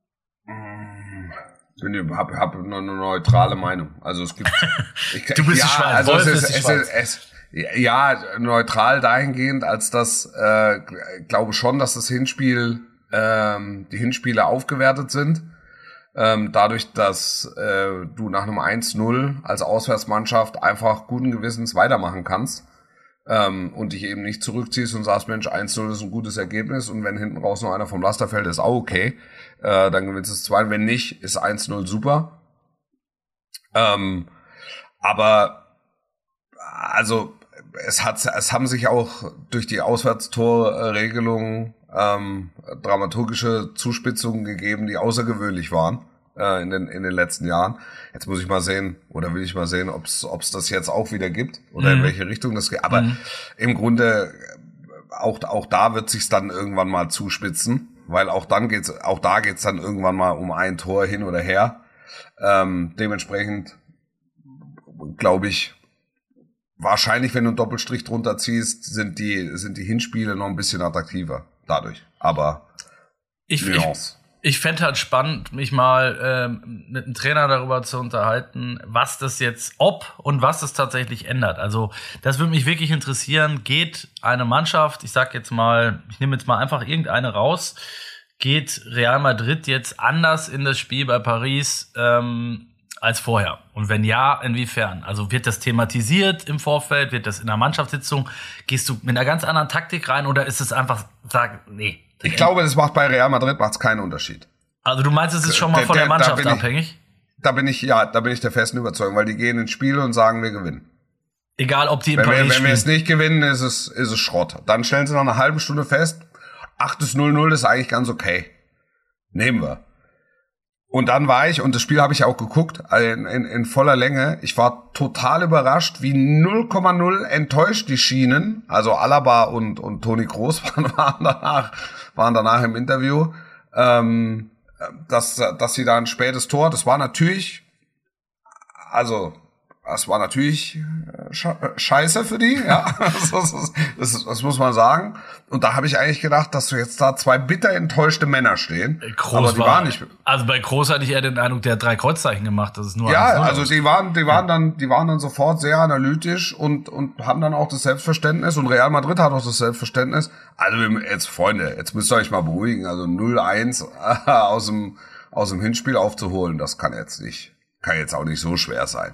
Ich habe hab eine neutrale Meinung. Also es gibt. Ich, du bist ja, die Schweiz. Also Wolf es ist, ist die es Schweiz. Ist, es, ja, neutral dahingehend, als dass äh, glaube schon, dass das Hinspiel ähm, die Hinspiele aufgewertet sind. Ähm, dadurch, dass äh, du nach einem eins null als Auswärtsmannschaft einfach guten Gewissens weitermachen kannst ähm, und dich eben nicht zurückziehst und sagst, Mensch, eins null ist ein gutes Ergebnis und wenn hinten raus noch einer vom Laster fällt, ist auch okay. Äh, dann gewinnst du es zwei. Wenn nicht, ist eins null super. Ähm, aber also es hat, es haben sich auch durch die Auswärtstorregelung ähm, dramaturgische Zuspitzungen gegeben, die außergewöhnlich waren äh, in den in den letzten Jahren. Jetzt muss ich mal sehen, oder will ich mal sehen, ob es ob es das jetzt auch wieder gibt oder mhm. in welche Richtung das geht. Aber mhm. im Grunde auch auch da wird sich's dann irgendwann mal zuspitzen, weil auch dann geht's auch da geht's dann irgendwann mal um ein Tor hin oder her. Ähm, dementsprechend glaube ich, wahrscheinlich, wenn du einen Doppelstrich drunter ziehst, sind die sind die Hinspiele noch ein bisschen attraktiver dadurch. Aber ich, ich, ich fände halt spannend, mich mal ähm, mit einem Trainer darüber zu unterhalten, was das jetzt, ob und was das tatsächlich ändert. Also das würde mich wirklich interessieren. Geht eine Mannschaft, ich sag jetzt mal, ich nehme jetzt mal einfach irgendeine raus, geht Real Madrid jetzt anders in das Spiel bei Paris ähm, als vorher? Und wenn ja, inwiefern? Also wird das thematisiert im Vorfeld? Wird das in der Mannschaftssitzung? Gehst du mit einer ganz anderen Taktik rein oder ist es einfach, sag, nee? Ich glaube, das macht bei Real Madrid macht's keinen Unterschied. Also du meinst, es ist schon mal von der, der Mannschaft da abhängig? Ich, da bin ich, ja, da bin ich der festen Überzeugung, weil die gehen ins Spiel und sagen, wir gewinnen. Egal, ob die in wenn Paris wir, Wenn spielen. wir es nicht gewinnen, ist es, ist es Schrott. Dann stellen sie nach einer halben Stunde fest, ach, das null null ist eigentlich ganz okay. Nehmen wir. Und dann war ich, und das Spiel habe ich auch geguckt, in, in, in voller Länge, ich war total überrascht, wie null Komma null enttäuscht die schienen, also Alaba und, und Toni Kroos waren, waren, danach, waren danach im Interview, ähm, dass, dass sie da ein spätes Tor, das war natürlich, also das war natürlich scheiße für die, ja, das, das, das, das muss man sagen. Und da habe ich eigentlich gedacht, dass so jetzt da zwei bitter enttäuschte Männer stehen. Kroos aber die war, waren nicht. Also bei Kroos hatte ich eher den Eindruck, der hat drei Kreuzzeichen gemacht. Das ist nur ja, also die waren, die waren dann, die waren dann sofort sehr analytisch und und haben dann auch das Selbstverständnis. Und Real Madrid hat auch das Selbstverständnis. Also jetzt Freunde, jetzt müsst ihr euch mal beruhigen. Also null eins aus dem aus dem Hinspiel aufzuholen, das kann jetzt nicht, kann jetzt auch nicht so schwer sein.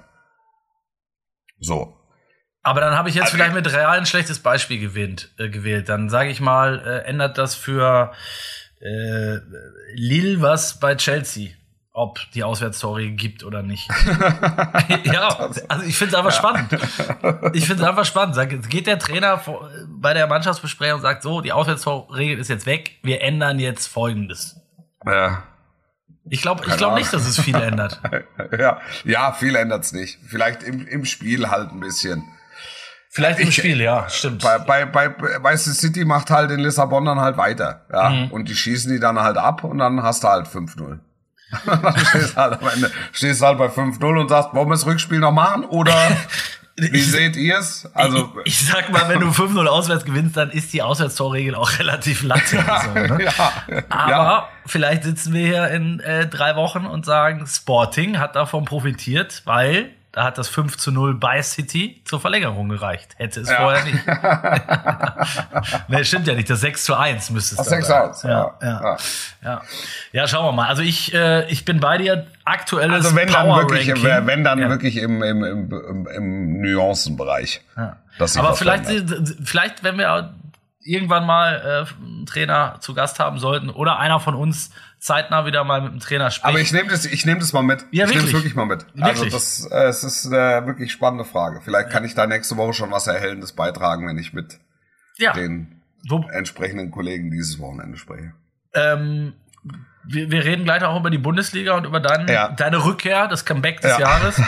So. Aber dann habe ich jetzt also vielleicht mit Real ein schlechtes Beispiel gewählt. Äh, gewählt. Dann sage ich mal, äh, ändert das für äh, Lille was bei Chelsea, ob die Auswärtstore gibt oder nicht. Ja, also ich finde es einfach ja. spannend. Ich finde es einfach spannend. Sag, geht der Trainer vor, bei der Mannschaftsbesprechung und sagt, so, die Auswärtstorregel ist jetzt weg, wir ändern jetzt Folgendes. Ja. Ich glaube ich glaub nicht, dass es viel ändert. Ja, ja, viel ändert's nicht. Vielleicht im, im Spiel halt ein bisschen. Vielleicht im ich, Spiel, ja, stimmt. Bei, bei, bei, bei City macht halt in Lissabon dann halt weiter. Ja, mhm. Und die schießen die dann halt ab und dann hast du halt fünf null. Dann stehst du halt am Ende, stehst halt bei fünf null und sagst, wollen wir das Rückspiel noch machen oder wie ich, seht ihr's? Also ich, ich sag mal, wenn du fünf null auswärts gewinnst, dann ist die Auswärtstorregel auch relativ latte. Ja, so, ne? ja, aber ja. vielleicht sitzen wir hier in äh, drei Wochen und sagen, Sporting hat davon profitiert, weil Da hat das fünf zu null bei City zur Verlängerung gereicht. Hätte es Ja. vorher nicht. Nee, stimmt ja nicht. Das sechs zu eins müsste es Das dann sechs sein. eins, Ja, ja. ja. Ja. Ja. Ja, schauen wir mal. Also ich, äh, ich bin bei dir. Aktuelles Also wenn dann Power wirklich, Ranking. wenn dann Ja. wirklich im, im, im, im, im Nuancenbereich. Ja. dass sich Aber was vielleicht, verändert. vielleicht, wenn wir irgendwann mal äh, einen Trainer zu Gast haben sollten oder einer von uns zeitnah wieder mal mit dem Trainer spricht. Aber ich nehme das, ich nehme das mal mit. Ja, ich nehme wirklich? es wirklich mal mit. Wirklich? Also das, äh, es ist eine wirklich spannende Frage. Vielleicht kann ich da nächste Woche schon was Erhellendes beitragen, wenn ich mit ja. den Wo, entsprechenden Kollegen dieses Wochenende spreche. ähm, wir, wir reden gleich auch über die Bundesliga und über dein, Ja. deine Rückkehr, das Comeback des Ja. Jahres.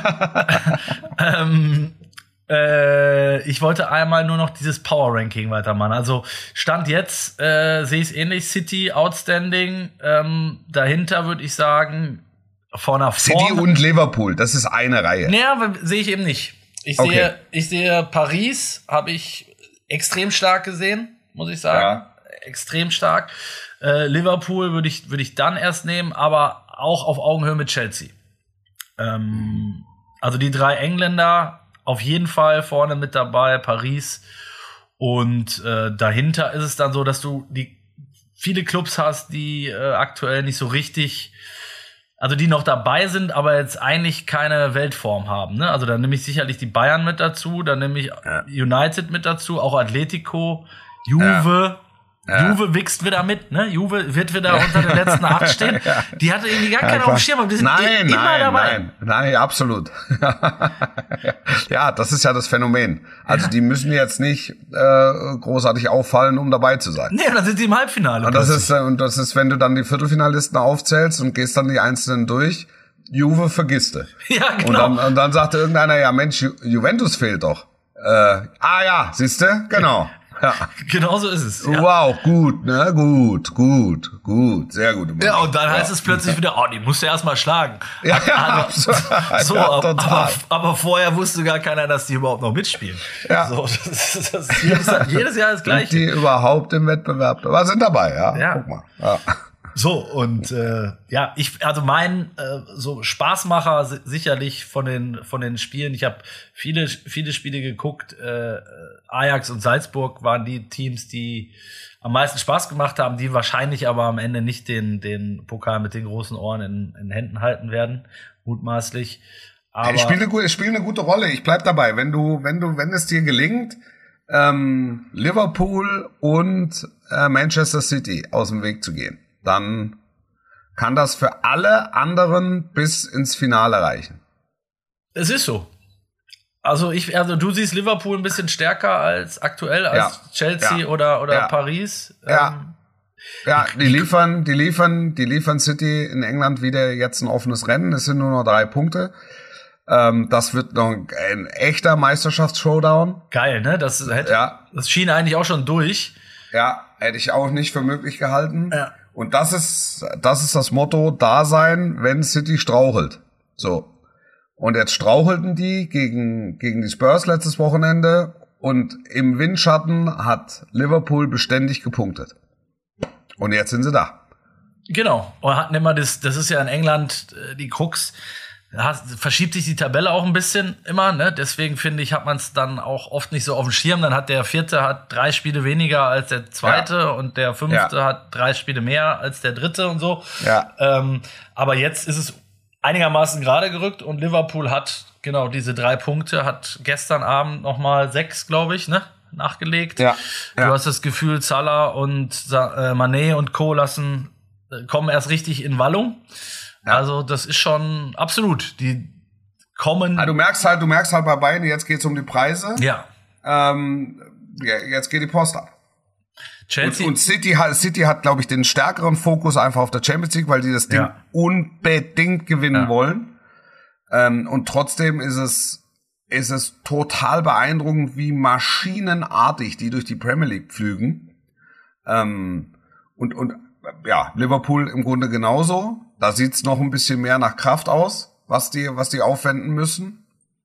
ähm, äh, ich wollte einmal nur noch dieses Power-Ranking weitermachen. Also Stand jetzt äh, sehe ich es ähnlich. City, Outstanding. Ähm, dahinter würde ich sagen, vorne City vorne. und Liverpool, das ist eine Reihe. Nee, aber sehe ich eben nicht. Ich Okay. sehe, ich sehe Paris, habe ich extrem stark gesehen, muss ich sagen. Ja. Extrem stark. Äh, Liverpool würde ich, würde ich dann erst nehmen, aber auch auf Augenhöhe mit Chelsea. Ähm, also die drei Engländer auf jeden Fall vorne mit dabei, Paris. Und äh, dahinter ist es dann so, dass du die viele Clubs hast, die äh, aktuell nicht so richtig, also die noch dabei sind, aber jetzt eigentlich keine Weltform haben. Ne? Also da nehme ich sicherlich die Bayern mit dazu, dann nehme ich Ja. United mit dazu, auch Atletico, Juve. Ja. Juve wächst wieder mit, ne? Juve wird wieder unter den letzten acht stehen. Die hatte irgendwie gar keinen auf dem Schirm, aber die sind nein, immer nein, dabei. Nein, nein, absolut. Ja, das ist ja das Phänomen. Also die müssen jetzt nicht äh, großartig auffallen, um dabei zu sein. Nee, dann sind die im Halbfinale. Und das plötzlich. ist, äh, und das ist, wenn du dann die Viertelfinalisten aufzählst und gehst dann die Einzelnen durch, Juve vergisst du. Ja, Und genau. dann, und dann sagte irgendeiner, ja Mensch, Ju Juventus fehlt doch. Äh, ah ja, siehste, genau. Ja. Genau so ist es. Ja. Wow, gut, ne, gut, gut, gut, sehr gut. Ja, und dann heißt es plötzlich wieder, oh, die musst du erst mal schlagen. Ja, ja, Also, absolut. so, Ja, aber, total. aber, aber vorher wusste gar keiner, dass die überhaupt noch mitspielen. Ja. So, das, ist- das ist jedes, jedes Jahr das Sind Gleiche. die überhaupt im Wettbewerb? Aber sind dabei, ja. Ja. Guck mal. Ja. So, und äh, ja, ich, also mein äh, so Spaßmacher si- sicherlich von den von den Spielen. Ich habe viele viele Spiele geguckt. Äh, Ajax und Salzburg waren die Teams, die am meisten Spaß gemacht haben, die wahrscheinlich aber am Ende nicht den den Pokal mit den großen Ohren in, in Händen halten werden, mutmaßlich. Aber Es spielt eine, gu- es spielt eine gute Rolle. Ich bleib dabei. Wenn du, wenn du, wenn es dir gelingt, ähm, Liverpool und äh, Manchester City aus dem Weg zu gehen, dann kann das für alle anderen bis ins Finale reichen. es ist so. Also ich, also du siehst Liverpool ein bisschen stärker als aktuell als Ja. Chelsea Ja. oder oder Ja. Paris. Ja. Ähm, Ja, die liefern, die liefern, die liefern City in England wieder jetzt ein offenes Rennen. Es sind nur noch drei Punkte. Ähm, das wird noch ein, ein echter Meisterschafts-Showdown. Geil, ne? Das hätte, Ja. das schien eigentlich auch schon durch. Ja, hätte ich auch nicht für möglich gehalten. Ja. Und das ist, das ist das Motto, da sein, wenn City strauchelt. So. Und jetzt strauchelten die gegen, gegen die Spurs letztes Wochenende und im Windschatten hat Liverpool beständig gepunktet. Und jetzt sind sie da. Genau. Und hatten immer das, das ist ja in England äh, die Krux. Da hast- verschiebt sich die Tabelle auch ein bisschen immer, ne? Deswegen finde ich, hat man es dann auch oft nicht so auf dem Schirm. Dann hat der Vierte hat drei Spiele weniger als der Zweite Ja. und der Fünfte Ja. hat drei Spiele mehr als der Dritte und so. Ja. Ähm, aber jetzt ist es einigermaßen gerade gerückt und Liverpool hat genau diese drei Punkte, hat gestern Abend noch mal sechs, glaube ich, ne? nachgelegt. Ja. Du Ja. hast das Gefühl, Salah und Sa- äh, Mané und Co. lassen, äh, kommen erst richtig in Wallung. Ja. Also das ist schon absolut. Die kommen. Ah, du merkst halt, du merkst halt bei beiden, jetzt geht's um die Preise. ja. Ähm, ja, jetzt geht die Post ab. Und, Chelsea. und City hat, City hat, glaube ich, den stärkeren Fokus einfach auf der Champions League, weil die das Ding Ja. unbedingt gewinnen Ja. wollen. Ähm, und trotzdem ist es, ist es total beeindruckend, wie maschinenartig die durch die Premier League pflügen. Ähm, und, und, ja, Liverpool im Grunde genauso. Da sieht's noch ein bisschen mehr nach Kraft aus, was die, was die aufwenden müssen.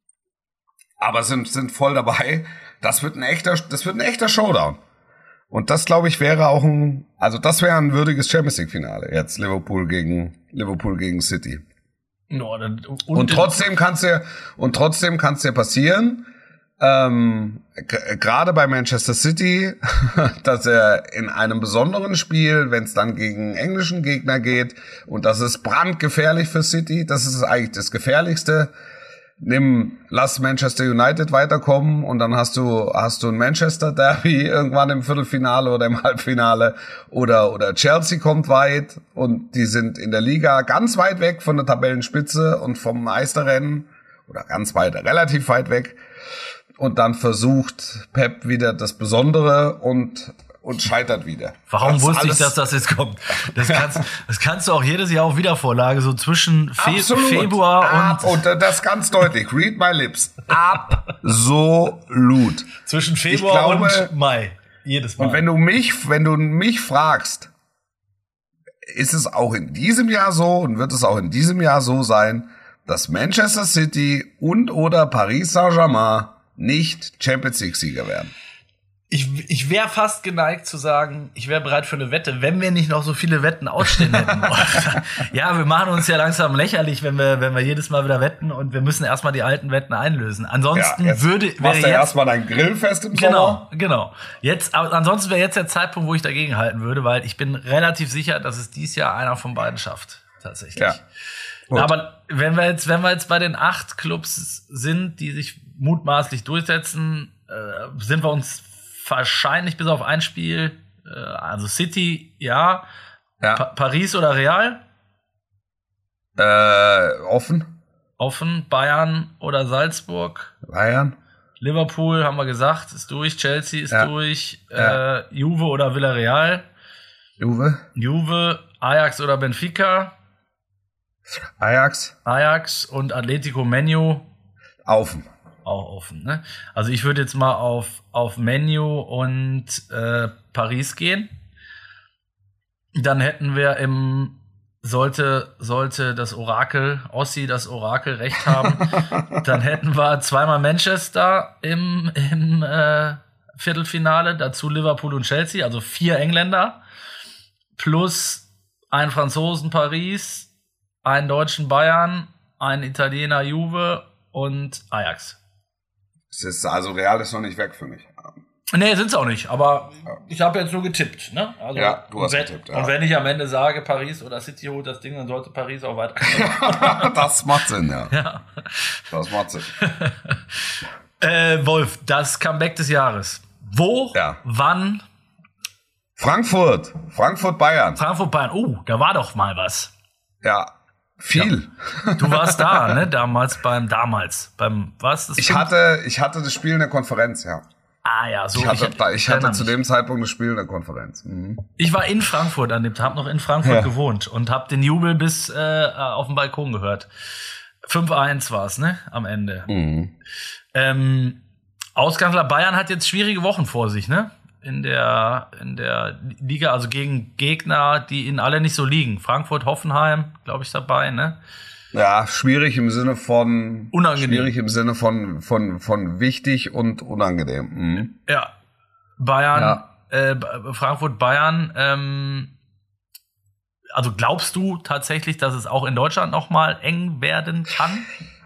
Aber sind, sind voll dabei. Das wird ein echter, das wird ein echter Showdown. Und das, glaube ich, wäre auch ein, also das wäre ein würdiges Champions League Finale. Jetzt Liverpool gegen, Liverpool gegen City. No, dann, und, und trotzdem kann's dir, und trotzdem kann's dir passieren, ähm, g- gerade bei Manchester City, dass er in einem besonderen Spiel, wenn es dann gegen englischen Gegner geht, und das ist brandgefährlich für City, das ist eigentlich das Gefährlichste. Nimm, lass Manchester United weiterkommen und dann hast du hast du ein Manchester Derby irgendwann im Viertelfinale oder im Halbfinale oder oder Chelsea kommt weit und die sind in der Liga ganz weit weg von der Tabellenspitze und vom Meisterrennen oder ganz weit, relativ weit weg und dann versucht Pep wieder das Besondere und und scheitert wieder. Warum das wusste ich, dass das jetzt kommt? Das kannst, das kannst du auch jedes Jahr auf Wiedervorlage, so zwischen Fe- Februar Ab, und... und das ganz deutlich, read my lips. Absolut. Zwischen Februar glaube, und Mai. Jedes Mal. Und wenn du mich, wenn du mich fragst, ist es auch in diesem Jahr so und wird es auch in diesem Jahr so sein, dass Manchester City und oder Paris Saint-Germain nicht Champions League-Sieger werden. Ich, ich wäre fast geneigt zu sagen, ich wäre bereit für eine Wette, wenn wir nicht noch so viele Wetten ausstehen hätten. Ja, wir machen uns ja langsam lächerlich, wenn wir, wenn wir jedes Mal wieder wetten und wir müssen erstmal die alten Wetten einlösen. Ansonsten ja, würde, wäre machst du jetzt erstmal dein Grillfest im Genau, Sommer. genau. Jetzt, aber ansonsten wäre jetzt der Zeitpunkt, wo ich dagegen halten würde, weil ich bin relativ sicher, dass es dieses Jahr einer von beiden schafft. Tatsächlich. Ja. Gut. Aber wenn wir jetzt, wenn wir jetzt bei den acht Clubs sind, die sich mutmaßlich durchsetzen, äh, sind wir uns wahrscheinlich bis auf ein Spiel, äh, also City, ja, Ja. Pa- Paris oder Real, Äh, offen. offen, Bayern oder Salzburg, Bayern. Liverpool, haben wir gesagt, ist durch, Chelsea ist Ja. durch, Ja. äh, Juve oder Villarreal, Juve. Juve, Ajax oder Benfica, Ajax. Ajax und Atletico Menu Offen. auch offen. Ne? Also ich würde jetzt mal auf, auf Menu und äh, Paris gehen. Dann hätten wir im, sollte, sollte das Orakel, Ossi das Orakel recht haben, dann hätten wir zweimal Manchester im, im äh, Viertelfinale, dazu Liverpool und Chelsea, also vier Engländer, plus einen Franzosen Paris, einen Deutschen Bayern, einen Italiener Juve und Ajax. Es ist, also Real ist noch nicht weg für mich. Nee, sind's auch nicht, aber ich habe jetzt nur getippt, ne? Also, Ja, du hast und wenn, getippt, ja. Und wenn ich am Ende sage, Paris oder City holt das Ding, dann sollte Paris auch weiterkommen. Das macht Sinn, ja. Ja. Das macht Sinn. Äh, Wolf, das Comeback des Jahres. Wo, Ja. wann, Frankfurt. Frankfurt, Bayern. Frankfurt, Bayern. Oh, da war doch mal was. Ja, viel. Du warst da, ne? Damals beim, damals, beim, was? Das Ich fünf- hatte, ich hatte das Spiel in der Konferenz, ja. Ah ja, so. Ich hatte, ich, ich hatte erinnere zu mich. dem Zeitpunkt das Spiel in der Konferenz. Mhm. Ich war in Frankfurt an dem Tag, hab noch in Frankfurt Ja. gewohnt und hab den Jubel bis äh, auf dem Balkon gehört. fünf eins war's, ne? Am Ende. Mhm. Ähm, Ausgangsler Bayern hat jetzt schwierige Wochen vor sich, ne? In der, in der Liga, also gegen Gegner, die ihnen alle nicht so liegen. Frankfurt, Hoffenheim, glaube ich, dabei, ne? Ja, schwierig im Sinne von Unangenehm. Schwierig im Sinne von von von wichtig und unangenehm. Mhm. Ja. Bayern, Ja. Äh, Frankfurt, Bayern. Ähm, also glaubst du tatsächlich, dass es auch in Deutschland noch mal eng werden kann?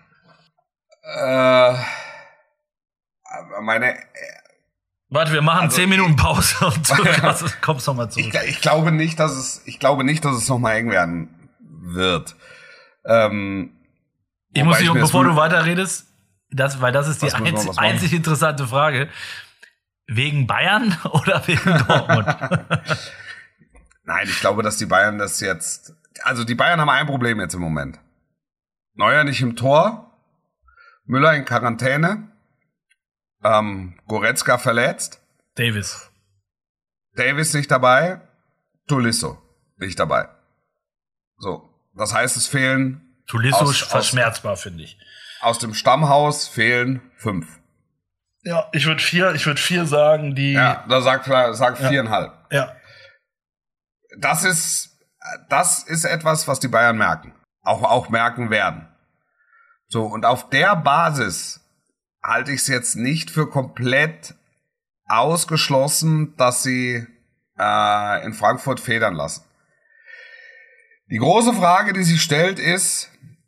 Äh, meine Warte, wir machen Also, zehn Minuten Pause und so, kommst noch mal zurück. Ich, ich glaube nicht, dass es, ich glaube nicht, dass es noch mal eng werden wird. Ähm, Ich wobei muss dich, mir bevor jetzt- du weiterredest, das, weil das ist die Was müssen wir- einzig, was machen wir? einzig interessante Frage. Wegen Bayern oder wegen Dortmund? Nein, ich glaube, dass die Bayern das jetzt, also die Bayern haben ein Problem jetzt im Moment. Neuer nicht im Tor, Müller in Quarantäne, ähm, Goretzka verletzt, Davis. Davis nicht dabei, Tolisso nicht dabei. So, das heißt, es fehlen Tolisso Aus- ist aus- verschmerzbar, finde ich. aus dem Stammhaus fehlen fünf. Ja, ich würde vier, ich würde vier sagen, die. Ja, da sagt sagt Ja. viereinhalb. ja. Das ist das ist etwas, was die Bayern merken, auch auch merken werden. So, und auf der Basis halte ich es jetzt nicht für komplett ausgeschlossen, dass sie äh, in Frankfurt federn lassen. Die große Frage, die sich stellt, ist,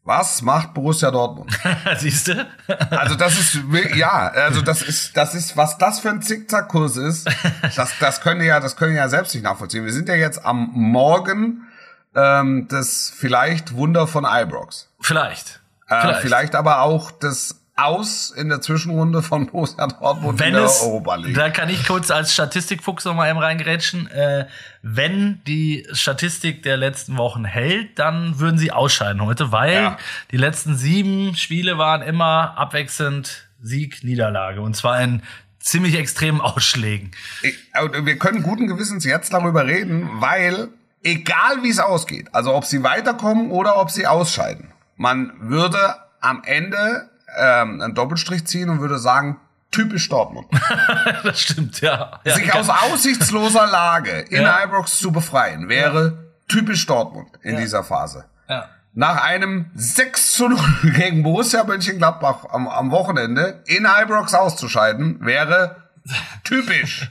Was macht Borussia Dortmund? Siehst du? Also das ist, ja, also das ist, das ist, was das für ein Zickzackkurs ist, das, das können ja, das können ja selbst nicht nachvollziehen. Wir sind ja jetzt am Morgen ähm, des vielleicht Wunder von Ibrox. Vielleicht. Äh, vielleicht. Vielleicht aber auch das Aus in der Zwischenrunde von Borussia Dortmund wenn in der es, Europa League. Da kann ich kurz als Statistikfuchs noch mal eben reingerätschen. Äh, wenn die Statistik der letzten Wochen hält, dann würden sie ausscheiden heute, weil Ja. die letzten sieben Spiele waren immer abwechselnd Sieg, Niederlage. Und zwar in ziemlich extremen Ausschlägen. Ich, wir können guten Gewissens jetzt darüber reden, weil egal wie es ausgeht, also ob sie weiterkommen oder ob sie ausscheiden, man würde am Ende ähm, einen Doppelstrich ziehen und würde sagen, typisch Dortmund. Das stimmt, ja. ja Sich aus aussichtsloser Lage in Ja. Ibrox zu befreien, wäre typisch Dortmund in Ja. dieser Phase. Ja. Nach einem sechs zu null gegen Borussia Mönchengladbach am, am Wochenende in Ibrox auszuscheiden, wäre typisch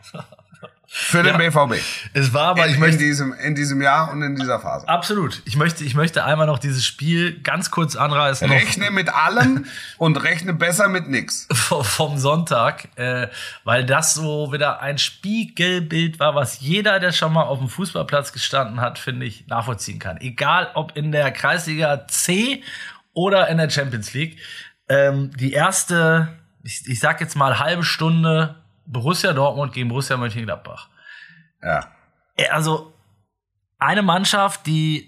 für den Ja. B V B. Es war aber, In, ich möchte, in, diesem, in diesem Jahr und in dieser Phase. absolut. Ich möchte, ich möchte einmal noch dieses Spiel ganz kurz anreißen. noch Rechne mit allem und rechne besser mit nix. vom Sonntag, äh, weil das so wieder ein Spiegelbild war, was jeder, der schon mal auf dem Fußballplatz gestanden hat, finde ich, nachvollziehen kann. Egal, ob in der Kreisliga C oder in der Champions League. Ähm, die erste, ich, ich sag jetzt mal halbe Stunde Borussia Dortmund gegen Borussia Mönchengladbach. Ja. Äh, Also eine Mannschaft, die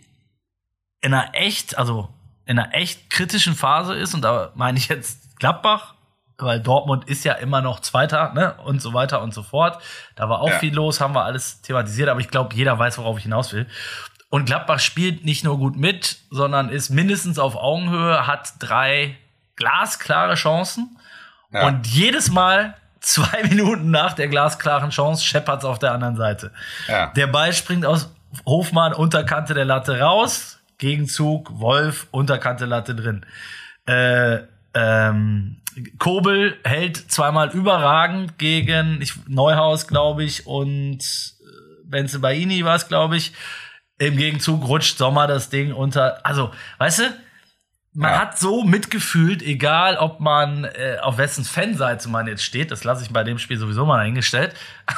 in einer echt, also in einer echt kritischen Phase ist, und da meine ich jetzt Gladbach, weil Dortmund ist ja immer noch Zweiter, ne, und so weiter und so fort. Da war auch Ja. viel los, haben wir alles thematisiert, aber ich glaube, jeder weiß, worauf ich hinaus will. Und Gladbach spielt nicht nur gut mit, sondern ist mindestens auf Augenhöhe, hat drei glasklare Chancen. Ja. Und jedes Mal, zwei Minuten nach der glasklaren Chance, scheppert's auf der anderen Seite. Ja. Der Ball springt aus Hofmann, Unterkante der Latte raus. Gegenzug, Wolf, Unterkante Latte drin. Äh, ähm, Kobel hält zweimal überragend gegen ich, Neuhaus, glaube ich, und äh, Benzebaini war es, glaube ich. Im Gegenzug rutscht Sommer das Ding unter. Also, weißt du, man Ja. hat so mitgefühlt, egal ob man äh, auf wessen Fanseite man jetzt steht, das lasse ich bei dem Spiel sowieso mal eingestellt,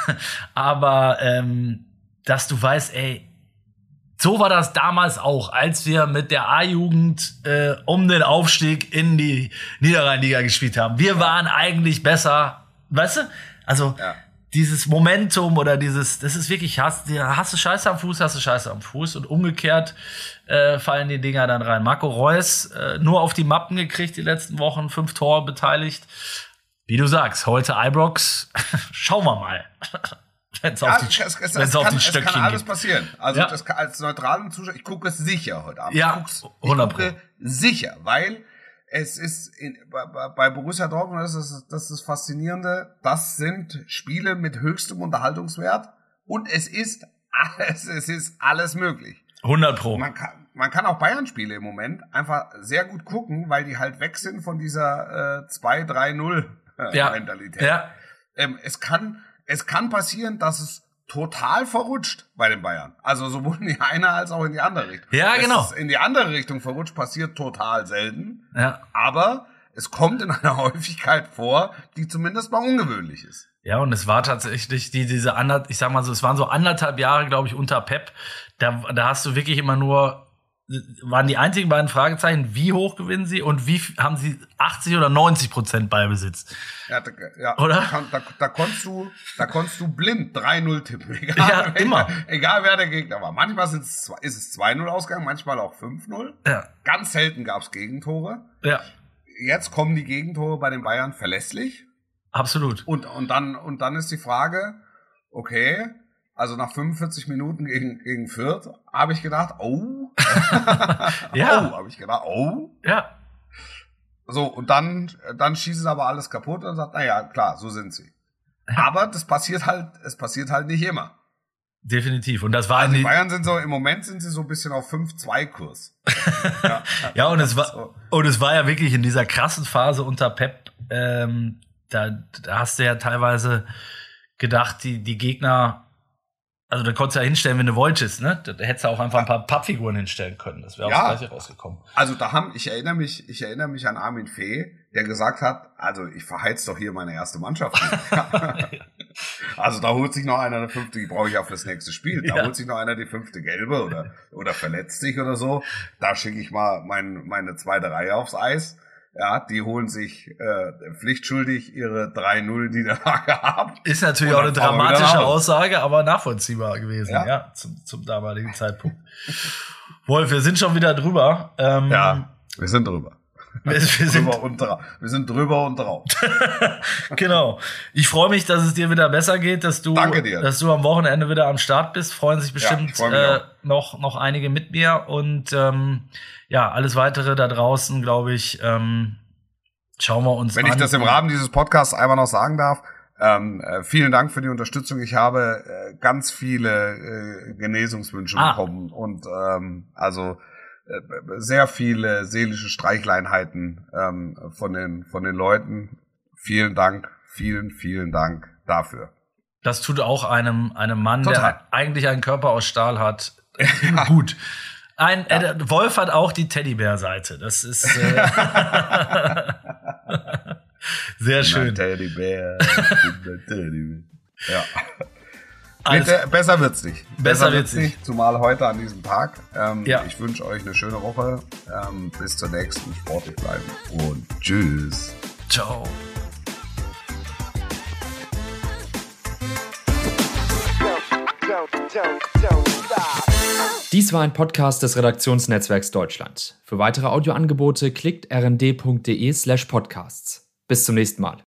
aber ähm, dass du weißt, ey, so war das damals auch, als wir mit der A-Jugend äh, um den Aufstieg in die Niederrheinliga gespielt haben. Wir waren eigentlich besser, weißt du? Also Ja. dieses Momentum oder dieses, das ist wirklich, hast, hast du Scheiße am Fuß, hast du Scheiße am Fuß und umgekehrt äh, fallen die Dinger dann rein. Marco Reus äh, nur auf die Mappen gekriegt die letzten Wochen, fünf Tore beteiligt. Wie du sagst, heute Ibrox, schauen wir mal. Wenn's Ja, auf die, es, es, wenn's es, auf kann, die es Stöckchen kann alles geht. passieren. Also Ja. das kann, als neutralen Zuschauer, ich gucke es sicher heute Abend. Ja, ich guck's, ich hundert gucke sicher, weil es ist in, bei, bei Borussia Dortmund, das ist das, ist das Faszinierende, das sind Spiele mit höchstem Unterhaltungswert und es ist alles, es ist alles möglich. hundert Pro. Man kann, man kann auch Bayern-Spiele im Moment einfach sehr gut gucken, weil die halt weg sind von dieser äh, zwei drei null äh, Ja. Mentalität. Ja. Ähm, es kann, es kann passieren, dass es total verrutscht bei den Bayern. Also sowohl in die eine als auch in die andere Richtung. Ja, Dass genau. es in die andere Richtung verrutscht, passiert total selten. Ja. Aber es kommt in einer Häufigkeit vor, die zumindest mal ungewöhnlich ist. Ja, und es war tatsächlich die, diese ander, ich sag mal so, es waren so anderthalb Jahre, glaube ich, unter Pep. Da, da hast du wirklich immer nur, waren die einzigen beiden Fragezeichen, wie hoch gewinnen sie und wie f- haben sie achtzig oder neunzig Prozent Ballbesitz? Ja, da, ja, Oder? Da, kann- da, da konntest du, da konntest du blind drei null tippen. Egal, Ja, welcher- immer. Egal wer der Gegner war. Manchmal sind's, zwei- ist es zwei null ausgegangen, manchmal auch fünf null. Ja, Ganz selten gab's Gegentore. ja, Jetzt kommen die Gegentore bei den Bayern verlässlich. absolut. Und, und, dann, und dann ist die Frage, okay, also nach fünfundvierzig Minuten gegen, gegen Fürth habe ich gedacht, oh, Ja. oh, habe ich gedacht, oh. Ja, So, und dann, dann schießen sie aber alles kaputt und sagt, naja, klar, so sind sie. Aber das passiert halt, es passiert halt nicht immer. definitiv. Und das war Also die die, Bayern sind so, im Moment sind sie so ein bisschen auf fünf zwei Kurs. Ja, ja, und es so. war, und es war ja wirklich in dieser krassen Phase unter Pep, ähm, da, da hast du ja teilweise gedacht, die, die Gegner Also da konntest du ja hinstellen, wenn du wolltest, ne? Da hättest du auch einfach ein paar Pappfiguren hinstellen können. Das wäre Ja. auch das Gleiche rausgekommen. Also da haben, ich erinnere mich, ich erinnere mich an Armin Fee, der gesagt hat, also ich verheiz doch hier meine erste Mannschaft. Also da holt sich noch einer eine fünfte, die brauche ich auch fürs nächste Spiel. Da Ja. holt sich noch einer die fünfte gelbe oder, oder verletzt sich oder so. Da schicke ich mal mein, meine zweite Reihe aufs Eis. Ja, die holen sich äh, pflichtschuldig ihre drei null Niederlage ab. Ist natürlich Und auch eine dann fahren wir wieder dramatische nach Hause. Aussage, aber nachvollziehbar gewesen, ja, Ja. zum, zum damaligen Zeitpunkt. Wolf, wir sind schon wieder drüber. Ähm, Ja, wir sind drüber. wir, wir sind drüber und drauf. Wir sind drüber und drauf. Genau. Ich freue mich, dass es dir wieder besser geht, dass du, Danke dir. dass du am Wochenende wieder am Start bist. Freuen sich bestimmt ich freu mich äh, auch. noch, noch einige mit mir. Und ähm, ja, alles weitere da draußen, glaube ich, ähm, schauen wir uns Wenn an. ich das im Rahmen dieses Podcasts einmal noch sagen darf, ähm, äh, vielen Dank für die Unterstützung. Ich habe äh, ganz viele äh, Genesungswünsche Ah. bekommen und ähm, also äh, sehr viele seelische Streichleinheiten ähm, von den von den Leuten. Vielen Dank, vielen, vielen Dank dafür. Das tut auch einem, einem Mann, Total. der eigentlich einen Körper aus Stahl hat, gut. Ein äh, der Wolf hat auch die Teddybär-Seite. Das ist äh, sehr schön. Mein Teddybär, mein Teddybär. Ja. Alles- Bitte, besser wird's nicht. Besser wird's nicht. Zumal heute an diesem Tag. Ähm, Ja. Ich wünsche euch eine schöne Woche. Ähm, bis zur nächsten. Sportlich bleiben. Und tschüss. Ciao. Dies war ein Podcast des Redaktionsnetzwerks Deutschland. Für weitere Audioangebote klickt rnd.de slash podcasts. Bis zum nächsten Mal.